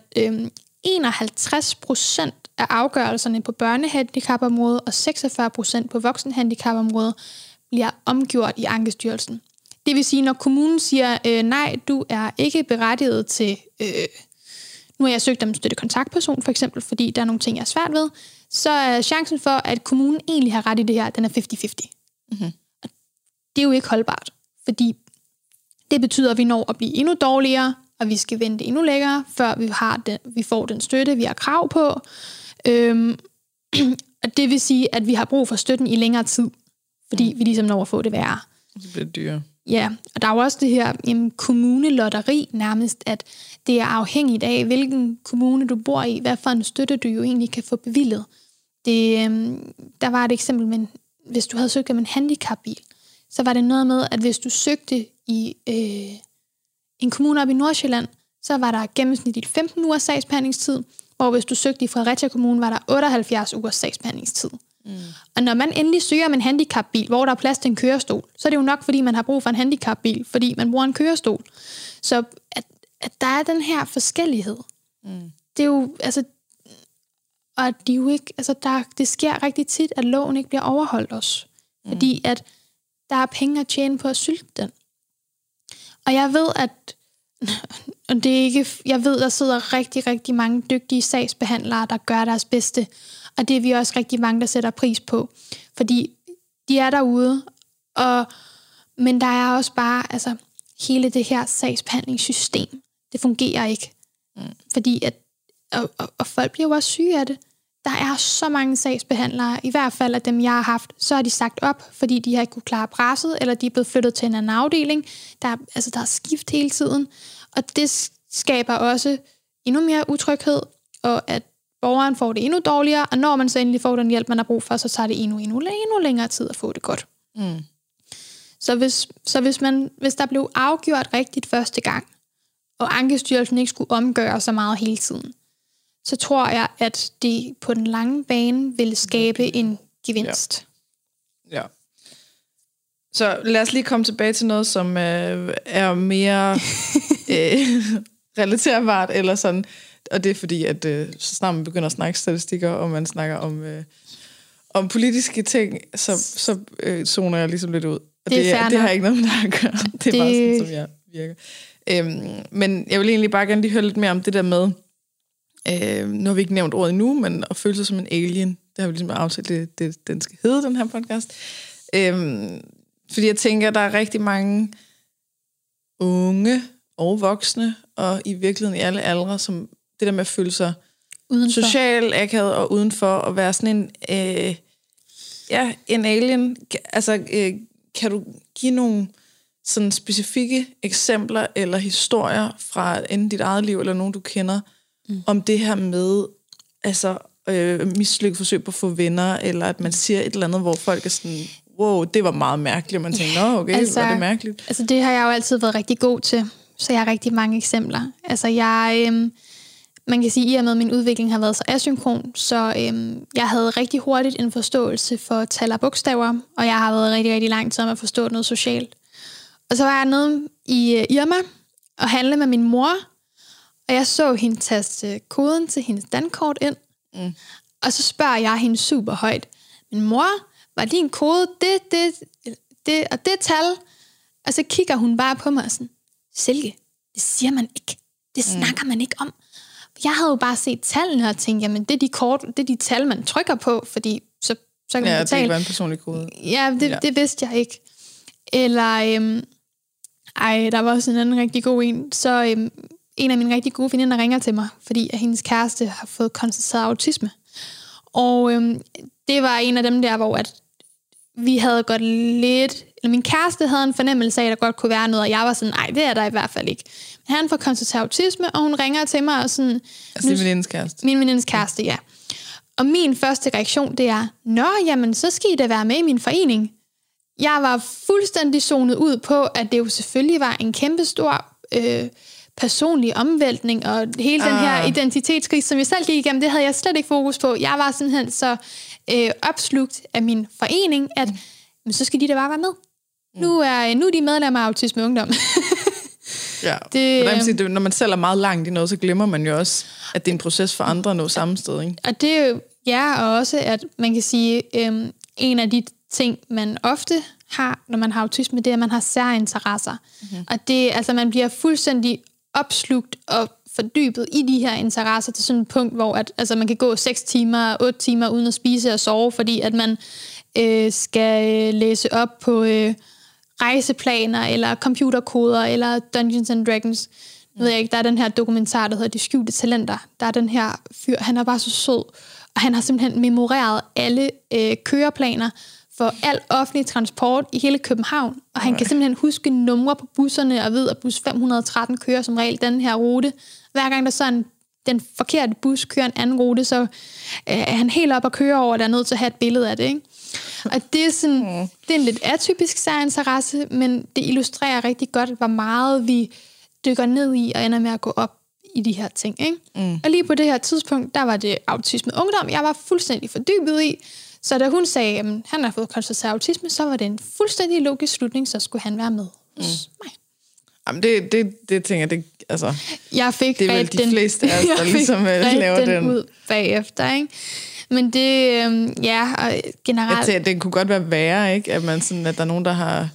51% af afgørelserne på børnehandicapområdet og 46% på voksenhandicapområdet bliver omgjort i Ankestyrelsen. Det vil sige, når kommunen siger, nej, du er ikke berettiget til... Nu har jeg søgt om en støttekontaktperson, for eksempel, fordi der er nogle ting, jeg er svært ved, så er chancen for, at kommunen egentlig har ret i det her, den er 50-50. Og det er jo ikke holdbart, fordi det betyder, at vi når at blive endnu dårligere, og vi skal vente endnu længere, før vi får den støtte, vi har krav på. Og det vil sige, at vi har brug for støtten i længere tid, fordi vi ligesom når at få det værre. Det bliver dyrere. Ja, og der er jo også det her kommunelotteri nærmest, at det er afhængigt af, hvilken kommune du bor i, hvad for en støtte du jo egentlig kan få bevilget. Der var et eksempel, men hvis du havde søgt om en handicapbil, så var det noget med, at hvis du søgte i en kommune op i Nordsjælland, så var der gennemsnitligt 15 ugers sagsbehandlingstid, hvor hvis du søgte i Fredericia Kommune, var der 78 ugers sagsbehandlingstid. Og når man endelig søger om en handicapbil, hvor der er plads til en kørestol, så er det jo nok, fordi man har brug for en handicapbil, fordi man bruger en kørestol. Så at der er den her forskellighed. Det er jo, altså, og de jo ikke, altså det sker rigtig tit, at loven ikke bliver overholdt også. Fordi at der er penge at tjene på at sylte den. Og jeg ved, og det er ikke, jeg ved, der sidder rigtig, rigtig mange dygtige sagsbehandlere, der gør deres bedste. Og det er vi også rigtig mange, der sætter pris på. Fordi de er derude. Men der er også bare, altså, hele det her sagsbehandlingssystem. Det fungerer ikke. Fordi og folk bliver jo også syge af det. Der er så mange sagsbehandlere, i hvert fald af dem, jeg har haft, så har de sagt op, fordi de har ikke kunne klare presset, eller de er blevet flyttet til en anden afdeling. Der er skift hele tiden. Og det skaber også endnu mere utryghed, og at borgeren får det endnu dårligere, og når man så endelig får den hjælp, man har brug for, så tager det endnu længere tid at få det godt. Så hvis der blev afgjort rigtigt første gang, og Ankestyrelsen ikke skulle omgøre så meget hele tiden, så tror jeg, at det på den lange bane ville skabe en gevinst. Ja. Så lad os lige komme tilbage til noget, som er mere relaterbart, eller sådan. Og det er fordi, at så snart man begynder at snakke statistikker, og man snakker om politiske ting, så zoner jeg ligesom lidt ud. Og det har ikke noget med det at gøre. Det er bare sådan, som jeg virker. Men jeg vil egentlig bare gerne lige høre lidt mere om det der med, nu har vi ikke nævnt ordet endnu, men at føle sig som en alien, det har vi ligesom aftalt, den skal hedde, den her podcast. Fordi jeg tænker, der er rigtig mange unge og voksne, og i virkeligheden i alle aldre, som det der med at føle sig udenfor. Social akavet og udenfor, og være sådan en alien. Altså, kan du give nogle sådan specifikke eksempler eller historier fra enten dit eget liv, eller nogen du kender, om det her med altså mislykket forsøg på at få venner, eller at man siger et eller andet, hvor folk er sådan, wow, det var meget mærkeligt, og man tænker, okay, altså, var det mærkeligt? Altså det har jeg jo altid været rigtig god til, så jeg har rigtig mange eksempler. Altså man kan sige, at i og med, at min udvikling har været så asynkron, så jeg havde rigtig hurtigt en forståelse for tal og bogstaver, og jeg har været rigtig, rigtig lang tid om at forstå noget socialt. Og så var jeg nede i Irma og handle med min mor, og jeg så hende taste koden til hendes dankort ind, og så spørger jeg hende super højt, min mor, var din kode det og det tal? Og så kigger hun bare på mig og sådan, Silke, det siger man ikke. Det snakker man ikke om. Jeg havde jo bare set tallene og tænkt, jamen det er de tal, man trykker på, fordi så kan man betale. Ja, det var en personlig kode. Ja, det vidste jeg ikke. Eller, der var også en anden rigtig god en. Så en af mine rigtig gode veninder ringer til mig, fordi at hendes kæreste har fået konstateret autisme. Og det var en af dem der, hvor at vi havde gået lidt, eller min kæreste havde en fornemmelse af, at der godt kunne være noget, og jeg var sådan, nej, det er der i hvert fald ikke. Men han får konstateret autisme, og hun ringer til mig og sådan... Altså din venindens kæreste? Min venindens kæreste, ja. Og min første reaktion, det er, nå, jamen, så skal I da være med i min forening. Jeg var fuldstændig zonet ud på, at det jo selvfølgelig var en kæmpestor personlig omvæltning, og hele den her identitetskrise, som jeg selv gik igennem, det havde jeg slet ikke fokus på. Jeg var simpelthen så opslugt af min forening, at men så skal de da bare være med. Nu er de medlemmer af Autisme Ungdom. Ja, det, når man selv er meget langt i noget, så glemmer man jo også, at det er en proces for andre at nå samme sted. Ikke? Og det er jo, og også, at man kan sige, en af de ting, man ofte har, når man har autisme, det er, at man har særinteresser. Og det, altså, man bliver fuldstændig opslugt og fordybet i de her interesser til sådan et punkt, hvor at, altså, man kan gå 6 timer, 8 timer uden at spise og sove, fordi at man skal læse op på rejseplaner, eller computerkoder, eller Dungeons and Dragons. Nu ved jeg ikke, der er den her dokumentar, der hedder De skjulte talenter. Der er den her fyr, han er bare så sød, og han har simpelthen memoreret alle køreplaner for al offentlig transport i hele København, og han kan simpelthen huske numre på busserne, og ved, at bus 513 kører som regel den her rute. Hver gang der så den forkerte bus kører en anden rute, så er han helt op og kører over, og der er nødt til at have et billede af det, ikke? Og det er sådan, det er en lidt atypisk særinteresse, men det illustrerer rigtig godt, hvor meget vi dykker ned i, og ender med at gå op i de her ting, ikke? Og lige på det her tidspunkt, der var det autisme ungdom, jeg var fuldstændig fordybet i. Så da hun sagde, at han har fået konstateret autisme, så var det en fuldstændig logisk slutning, så skulle han være med hos mig. Jamen, det tænker jeg, altså, jeg fik det er vel de fleste af os, der ligesom laver den ud bagefter, ikke? Men det, og generelt... Jeg tænker, det kunne godt være værre, ikke? At man sådan, at der er nogen, der har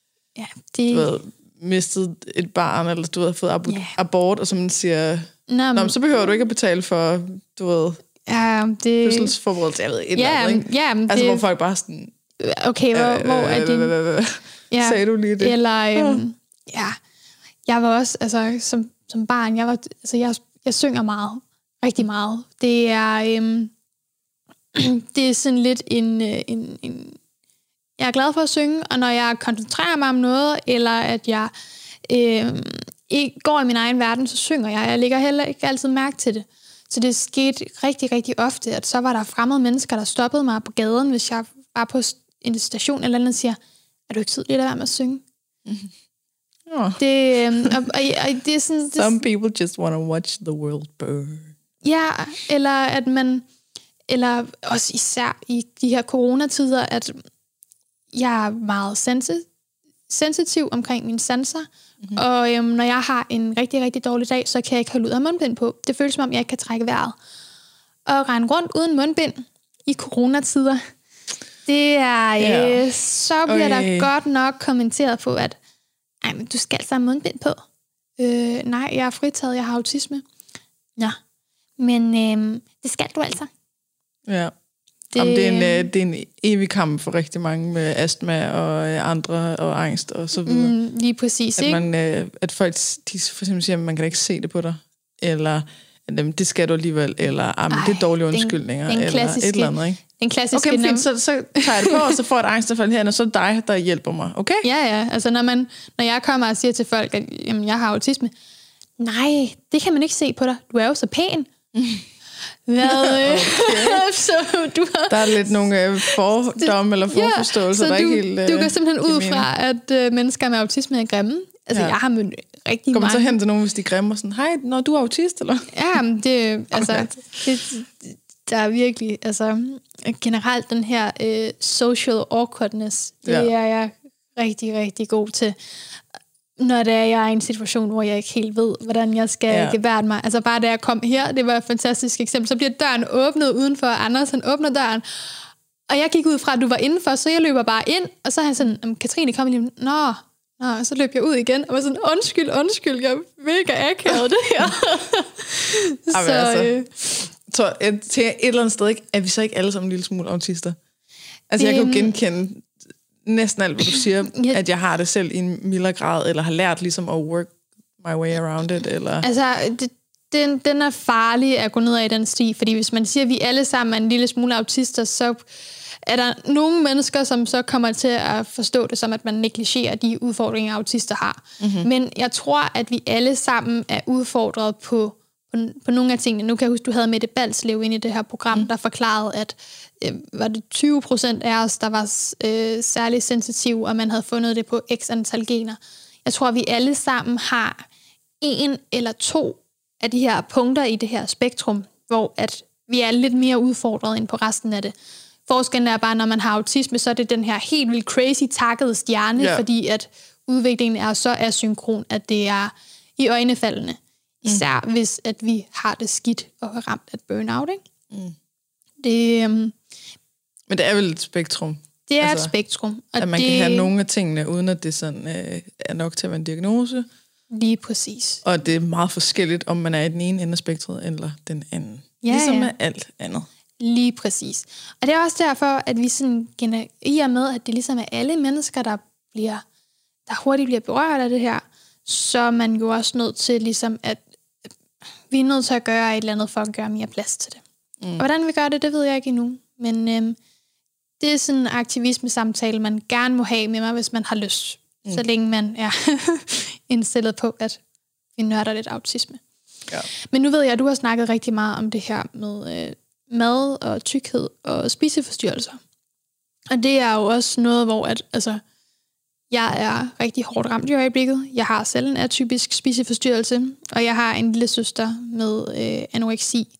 mistet et barn, eller du ved, fået abort, og så man siger, Nå, så behøver du ikke at betale for, du ved, fødselsforberedelse, jeg ved et eller andet, ikke? Altså, hvor folk bare sådan... Okay, hvor er din... Sagde du lige det? Eller, jeg var også, altså, som barn, jeg synger meget, rigtig meget. Det er sådan lidt en jeg er glad for at synge, og når jeg koncentrerer mig om noget, eller at jeg ikke går i min egen verden, så synger jeg. Jeg lægger heller ikke altid mærke til det. Så det skete rigtig, rigtig ofte, at så var der fremmede mennesker, der stoppede mig på gaden, hvis jeg var på en station eller andet, og siger, er du ikke sød lige at være med at synge? Det, det er sådan... Some people just want to watch the world burn. Ja, eller at man... Eller også især i de her coronatider, at jeg er meget sensitiv omkring mine sanser. Og når jeg har en rigtig, rigtig dårlig dag, så kan jeg ikke holde ud af mundbind på. Det føles som om, jeg ikke kan trække vejret. Og rende rundt uden mundbind i coronatider, det er... Så bliver der godt nok kommenteret på, at men du skal altså have mundbind på. Nej, jeg er fritaget, jeg har autisme. Nå, men det skal du altså. Ja. Det er en evig kamp for rigtig mange med astma og andre og angst og så videre. Lige præcis, at ikke? At folk de for eksempel siger, at man kan ikke se det på dig, eller det skal du alligevel, eller det er dårlige undskyldninger, eller et eller andet, ikke? Den klassiske... Okay, fint, så tager jeg det på, og så får jeg et angstanfald her, og så er det dig, der hjælper mig, okay? Ja, altså når jeg kommer og siger til folk, at jamen, jeg har autisme, nej, det kan man ikke se på dig, du er jo så pæn. Okay. Så du har... Der er lidt nogle fordomme eller forforståelser, der ikke helt... du går simpelthen ud fra, at mennesker med autisme er grimme. Altså, jeg har mødt rigtig mange... Kommer så hen til nogen, hvis de er grimme, og sådan, hej, når du er autist, eller? Ja, det, altså... der er virkelig, altså... Generelt den her social awkwardness, det er jeg rigtig, rigtig god til. Når det er, jeg er i en situation, hvor jeg ikke helt ved, hvordan jeg skal gebærde mig. Altså bare da jeg kom her, det var et fantastisk eksempel. Så bliver døren åbnet udenfor, Anders han åbner døren, og jeg gik ud fra, at du var indenfor, så jeg løber bare ind, og så er han sådan, Katrine, kom lige. Nå, og så løb jeg ud igen, og var sådan, undskyld, jeg er mega akavet det her. Så jeg tænker et eller andet sted, ikke, er vi så ikke alle sammen en lille smule autister? Altså jeg kan jo genkende næsten alt, hvad du siger, at jeg har det selv i en mildere grad, eller har lært ligesom at work my way around it, eller... Altså, den er farlig at gå ned ad i den sti, fordi hvis man siger, at vi alle sammen er en lille smule autister, så er der nogle mennesker, som så kommer til at forstå det som, at man negligerer de udfordringer, autister har. Men jeg tror, at vi alle sammen er udfordret på nogle af tingene. Nu kan jeg huske, du havde Mette Balslev inde i det her program, der forklarede, at var det 20% af os, der var særlig sensitive, og man havde fundet det på x antal gener. Jeg tror, at vi alle sammen har 1 eller 2 af de her punkter i det her spektrum, hvor at vi er lidt mere udfordret end på resten af det. Forskellen er bare, når man har autisme, så er det den her helt vildt crazy takkede stjerne, fordi at udviklingen er så asynkron, at det er i øjnefaldene. Især hvis at vi har det skidt og er ramt af burnout, ikke? Det, men det er vel et spektrum? Det er et spektrum. Og at man kan have nogle af tingene, uden at det sådan, er nok til at være en diagnose. Lige præcis. Og det er meget forskelligt, om man er i den ene ende af spektret, eller den anden. Ligesom med alt andet. Lige præcis. Og det er også derfor, at vi sådan, i og med, at det ligesom er alle mennesker, der hurtigt bliver berørt af det her, så er man jo også nødt til ligesom, at vi er nødt til at gøre et eller andet for at gøre mere plads til det. Og hvordan vi gør det, det ved jeg ikke endnu. Men det er sådan en aktivisme-samtale, man gerne må have med mig, hvis man har lyst. Så længe man er indstillet på, at vi nørder lidt autisme. Ja. Men nu ved jeg, at du har snakket rigtig meget om det her med mad og tykkhed og spiseforstyrrelser. Og det er jo også noget, hvor jeg er rigtig hårdt ramt i øjeblikket. Jeg har selv en atypisk spiseforstyrrelse, og jeg har en lille søster med anoreksi.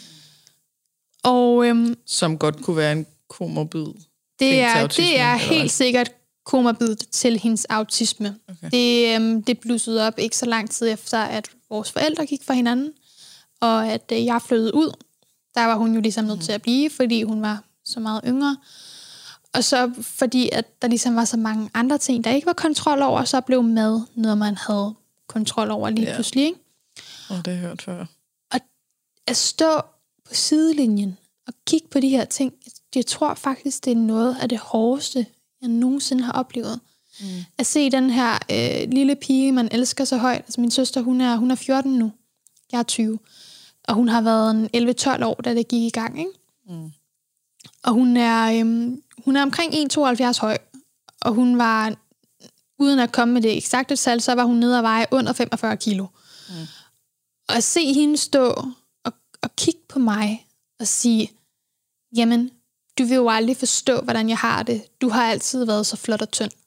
Og, som godt kunne være en komorbid. Det er helt sikkert komorbid til hendes autisme. Okay. Det blussede op ikke så lang tid efter, at vores forældre gik fra hinanden, og at jeg flyttede ud. Der var hun jo ligesom nødt til at blive, fordi hun var så meget yngre. Og så fordi, at der ligesom var så mange andre ting, der ikke var kontrol over, så blev mad noget, man havde kontrol over lige pludselig. Ikke? Det har jeg hørt før. Og at stå på sidelinjen og kigge på de her ting, jeg tror faktisk, det er noget af det hårdeste, jeg nogensinde har oplevet. At se den her lille pige, man elsker så højt. Altså min søster, hun er 14 nu. Jeg er 20. Og hun har været 11-12 år, da det gik i gang. Ikke? Og hun er omkring 1,72 høj. Og hun var, uden at komme med det eksakte tal, så var hun nede at veje under 45 kilo. Og at se hende stå og kigge på mig og sige, jamen, du vil jo aldrig forstå, hvordan jeg har det. Du har altid været så flot og tynd.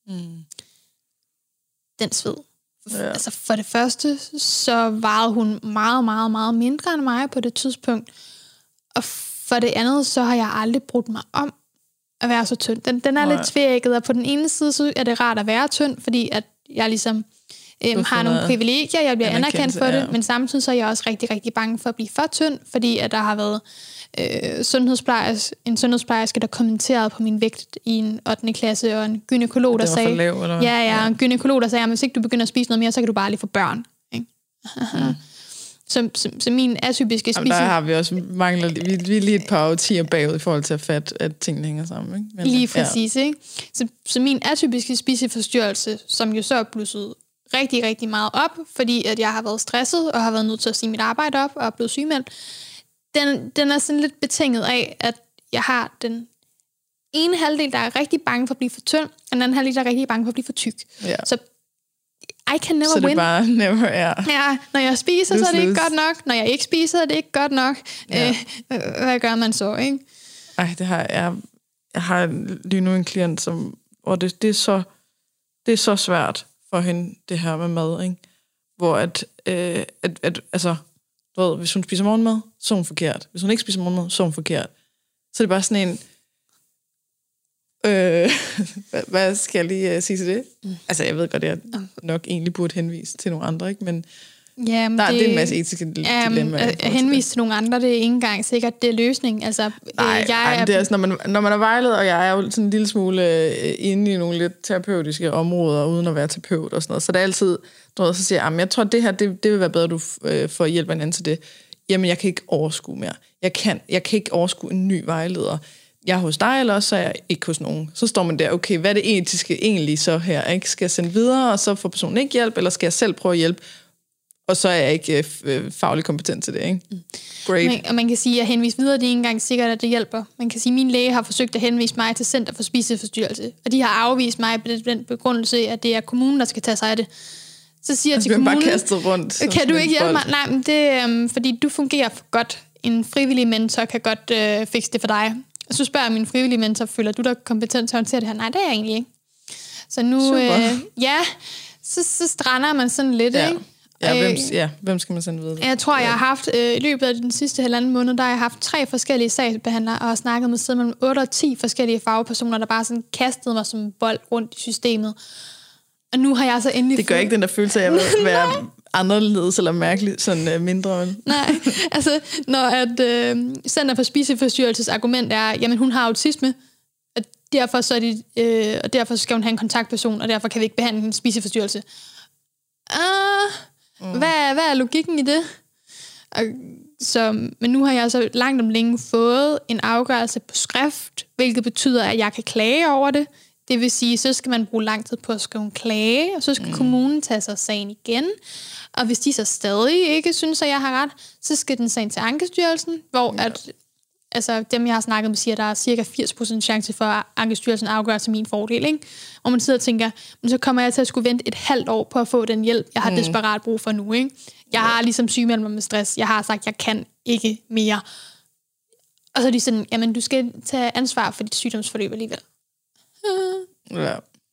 Den sved. Ja. Altså for det første, så vejede hun meget, meget, meget mindre end mig på det tidspunkt. Og for det andet, så har jeg aldrig brudt mig om at være så tynd. Den er lidt tvækket, og på den ene side, så er det rart at være tynd, fordi at jeg ligesom har nogle privilegier, jeg bliver anerkendt for det, men samtidig så er jeg også rigtig, rigtig bange for at blive for tynd, fordi at der har været en sundhedsplejerske, der kommenterede på min vægt i en 8. klasse, og en gynækolog, der sagde, lav, eller en gynækolog, der sagde, at hvis ikke du begynder at spise noget mere, så kan du bare lige få børn. Ikke? Så min atypiske spise... Der har vi også mangler, vi er lige et par årtier bagud i forhold til at fatte, at tingene hænger sammen. Ikke? Men, lige præcis, ikke? Så min atypiske spiseforstyrrelse, som jo så er blusset rigtig, rigtig meget op, fordi at jeg har været stresset, og har været nødt til at sige mit arbejde op, og er blevet sygemeldt, den er sådan lidt betinget af, at jeg har den ene halvdel, der er rigtig bange for at blive for tynd, og den anden halvdel, der er rigtig bange for at blive for tyk. Ja. Så I can never win. Så det bare never, ja, når jeg spiser, så er det ikke godt nok. Når jeg ikke spiser, er det ikke godt nok. Ja. Hvad gør man så, ikke? Ej, jeg har lige nu en klient, og det er så svært for hende, det her med mad, ikke? Hvor altså, du ved, hvis hun spiser morgenmad, så er hun forkert. Hvis hun ikke spiser morgenmad, så er hun forkert. Så er det bare sådan en... hvad skal jeg lige sige til det? Altså, jeg ved godt, at jeg nok egentlig burde henvise til nogle andre, ikke? Men det er en masse etiske dilemmaer. At henvise til nogle andre, det er ikke engang sikkert, det er løsning. Altså, nej, det er altså, når man er vejledet, og jeg er jo sådan en lille smule inde i nogle lidt terapeutiske områder, uden at være terapeut og sådan noget, så det er altid noget, så siger jeg tror, det her, det vil være bedre, du får hjælp af en anden til det. Jamen, jeg kan ikke overskue mere. Jeg kan ikke overskue en ny vejleder. Jeg er hos dig, eller også er jeg ikke hos nogen. Så står man der, okay, hvad er det etiske egentlig så her? Ikke? Skal jeg sende videre, og så får personen ikke hjælp, eller skal jeg selv prøve at hjælpe? Og så er jeg ikke faglig kompetent til det, ikke? Great. Og man kan sige, at henvise videre, det er ikke engang sikkert, at det hjælper. Man kan sige, at min læge har forsøgt at henvise mig til Center for Spiseforstyrrelse, og de har afvist mig på den begrundelse, at det er kommunen, der skal tage sig af det. Så siger jeg til kommunen, bare kastet rundt, kan du ikke hjælpe mig? Nej, men det er, fordi du fungerer for godt. En frivillig mentor kan godt fikse det for dig. Og så spørger jeg min frivillige mentor, føler du dig kompetent til at håndtere det her? Nej, det er jeg egentlig ikke. Så nu, så strander man sådan lidt, ikke? Hvem skal man sende videre? Jeg tror, jeg har haft, i løbet af den sidste 1,5 måned, der har jeg haft 3 forskellige sagsbehandlere, og har snakket med mellem 8 og 10 forskellige fagpersoner, der bare sådan kastede mig som bold rundt i systemet. Og nu har jeg så endelig... Det gør ikke den der følelse af at være anderledes eller mærkelig, sådan mindre. Nej, altså når at Center for Spiseforstyrrelses argument er, jamen hun har autisme, og derfor, og derfor skal hun have en kontaktperson, og derfor kan vi ikke behandle en spiseforstyrrelse. Hvad er logikken i det? Men nu har jeg så langt om længe fået en afgørelse på skrift, hvilket betyder, at jeg kan klage over det. Det vil sige, så skal man bruge lang tid på at skrive en klage, og så skal kommunen tage sig sagen igen. Og hvis de så stadig ikke synes, at jeg har ret, så skal den sagen til Ankestyrelsen, hvor at altså dem, jeg har snakket med, siger, at der er cirka 80% chance for, at Ankestyrelsen afgør til min fordel, ikke? Og man sidder og tænker, men så kommer jeg til at skulle vente et halvt år på at få den hjælp, jeg har desperat brug for nu, ikke? Jeg har ligesom sygemeldt mig med stress. Jeg har sagt, jeg kan ikke mere. Og så er de sådan, jamen du skal tage ansvar for dit sygdomsforløb alligevel. Ja.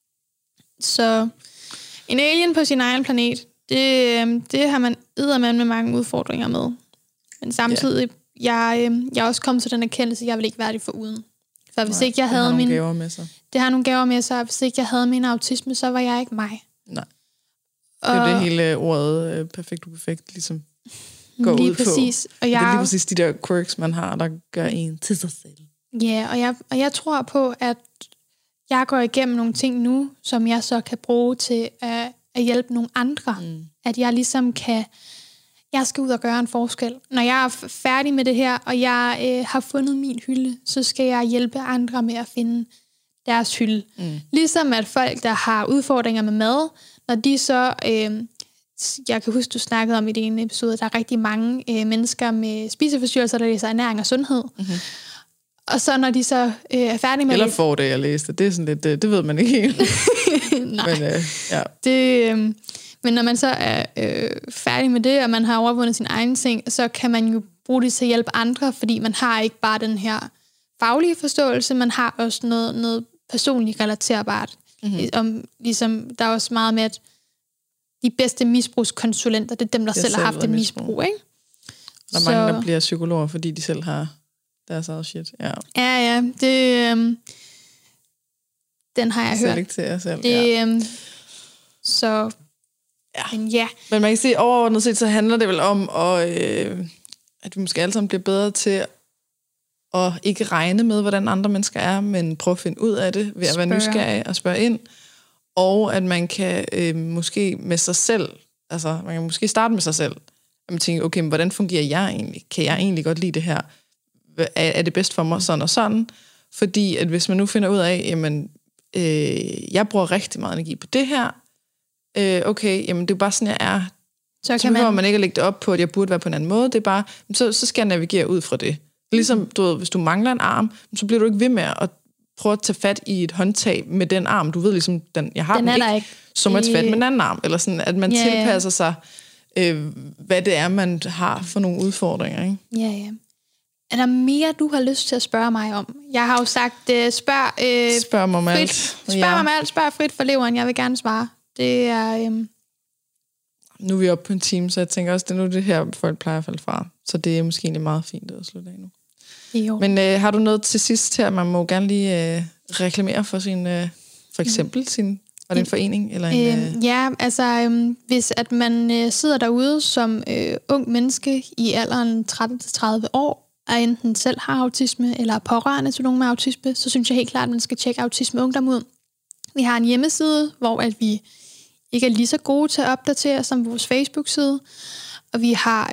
Så en alien på sin egen planet, det har man eddermand med mange udfordringer med. Men samtidig, jeg er også kommet til den erkendelse, jeg vil ikke være det foruden. For hvis ikke jeg havde min... gaver med sig. Det har nogle gaver med sig, og hvis ikke jeg havde min autisme, så var jeg ikke mig. Nej. Det er det hele ordet perfekt uperfekt ligesom går lige ud præcis. på. Og det er lige præcis de der quirks, man har, der gør en til sig selv. Ja, og jeg tror på, at jeg går igennem nogle ting nu, som jeg så kan bruge til at hjælpe nogle andre. At jeg ligesom jeg skal ud og gøre en forskel. Når jeg er færdig med det her, og jeg har fundet min hylde, så skal jeg hjælpe andre med at finde deres hylde. Ligesom at folk, der har udfordringer med mad, når de så... jeg kan huske, du snakkede om i det ene episode, der er rigtig mange mennesker med spiseforstyrrelser, der læser ernæring og sundhed. Og så når de så er færdige med... Eller får det, jeg læste. Det er sådan lidt... Det ved man ikke helt. Nej. Men, ja. Men når man så er færdig med det, og man har overvundet sin egen ting, så kan man jo bruge det til at hjælpe andre, fordi man har ikke bare den her faglige forståelse, man har også noget personligt relaterbart. Ligesom, der er også meget med, at de bedste misbrugskonsulenter, det er dem, der selv har haft et misbrug, ikke? Der er mange, der bliver psykologer, fordi de selv har deres eget shit. Ja, det... den har jeg hørt. Selekterer selv, så... Ja. Men man kan sige, overordnet set, så handler det vel om, at vi måske alle sammen bliver bedre til at ikke regne med, hvordan andre mennesker er, men prøve at finde ud af det ved at være nysgerrig og spørge ind. Og at man kan måske med sig selv, altså man kan måske starte med sig selv, at man tænker, okay, men hvordan fungerer jeg egentlig? Kan jeg egentlig godt lide det her? Er det bedst for mig sådan og sådan? Fordi at hvis man nu finder ud af, jamen, jeg bruger rigtig meget energi på det her, okay, jamen det er bare sådan, jeg er. Så behøver man ikke at lægge det op på, at jeg burde være på en anden måde. Det er bare, så skal jeg navigere ud fra det. Ligesom, du ved, hvis du mangler en arm, så bliver du ikke ved med at prøve at tage fat i et håndtag med den arm. Du ved ligesom, jeg har den ikke, så må jeg tage fat med en anden arm. Eller sådan, at man tilpasser sig, hvad det er, man har for nogle udfordringer. Ikke? Ja. Er der mere, du har lyst til at spørge mig om? Jeg har jo sagt, spørg mig om alt. Spørg mig om alt, spørg frit for leveren. Jeg vil gerne svare. Det er... Nu er vi oppe på en time, så jeg tænker også, det er nu det her, folk plejer at falde fra. Så det er måske egentlig meget fint at slutte af nu. Jo. Men har du noget til sidst til, at man må gerne lige reklamere for sin, for eksempel sin, var det en forening? Eller en, Ja, altså hvis at man sidder derude som ung menneske i alderen 13-30 år, og enten selv har autisme, eller er pårørende til nogen med autisme, så synes jeg helt klart, at man skal tjekke Autisme Ungdom ud. Vi har en hjemmeside, hvor at vi ikke er lige så gode til at opdatere som vores Facebook-side, og vi har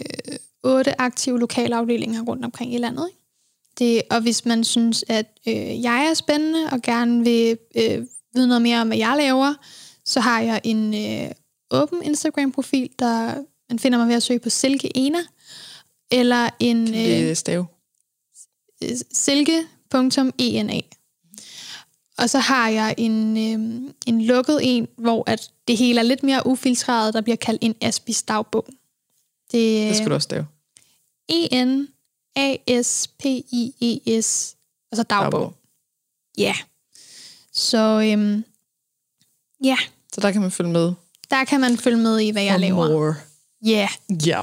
8 aktive lokalafdelinger rundt omkring i landet. Ikke? Og hvis man synes, at jeg er spændende og gerne vil vide noget mere om, hvad jeg laver, så har jeg en åben Instagram-profil, der man finder mig ved at søge på Silke Ena, eller en silke.ena. Og så har jeg en lukket en, hvor at det hele er lidt mere ufiltreret, der bliver kaldt en Aspis dagbog. Det skal du også stave. ENASPIES, altså dagbog. Ja. Så ja. Så der kan man følge med. Der kan man følge med i, hvad jeg laver. More. Ja. Ja.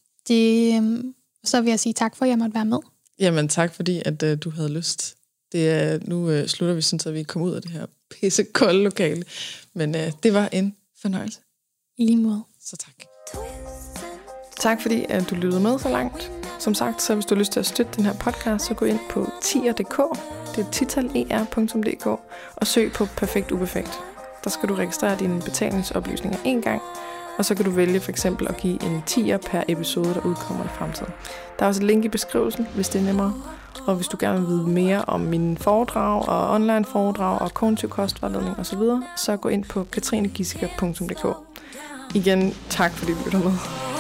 Så vil jeg sige tak for, at jeg måtte være med. Jamen tak, fordi at du havde lyst. Nu slutter vi sådan, så vi kommer ud af det her pissekolde lokale. Men det var en fornøjelse. I lige måde. Så tak. Tak fordi at du lyttede med så langt. Som sagt, så hvis du har lyst til at støtte den her podcast, så gå ind på tier.dk. Det er titaler.dk og søg på Perfekt Uperfekt. Der skal du registrere dine betalingsoplysninger en gang, og så kan du vælge for eksempel at give en 10'er per episode, der udkommer i fremtiden. Der er også et link i beskrivelsen, hvis det er nemmere. Og hvis du gerne vil vide mere om mine foredrag og online foredrag og kognitiv kostvejledning osv., så gå ind på katrinegissiker.dk. Igen, tak fordi du lytter med.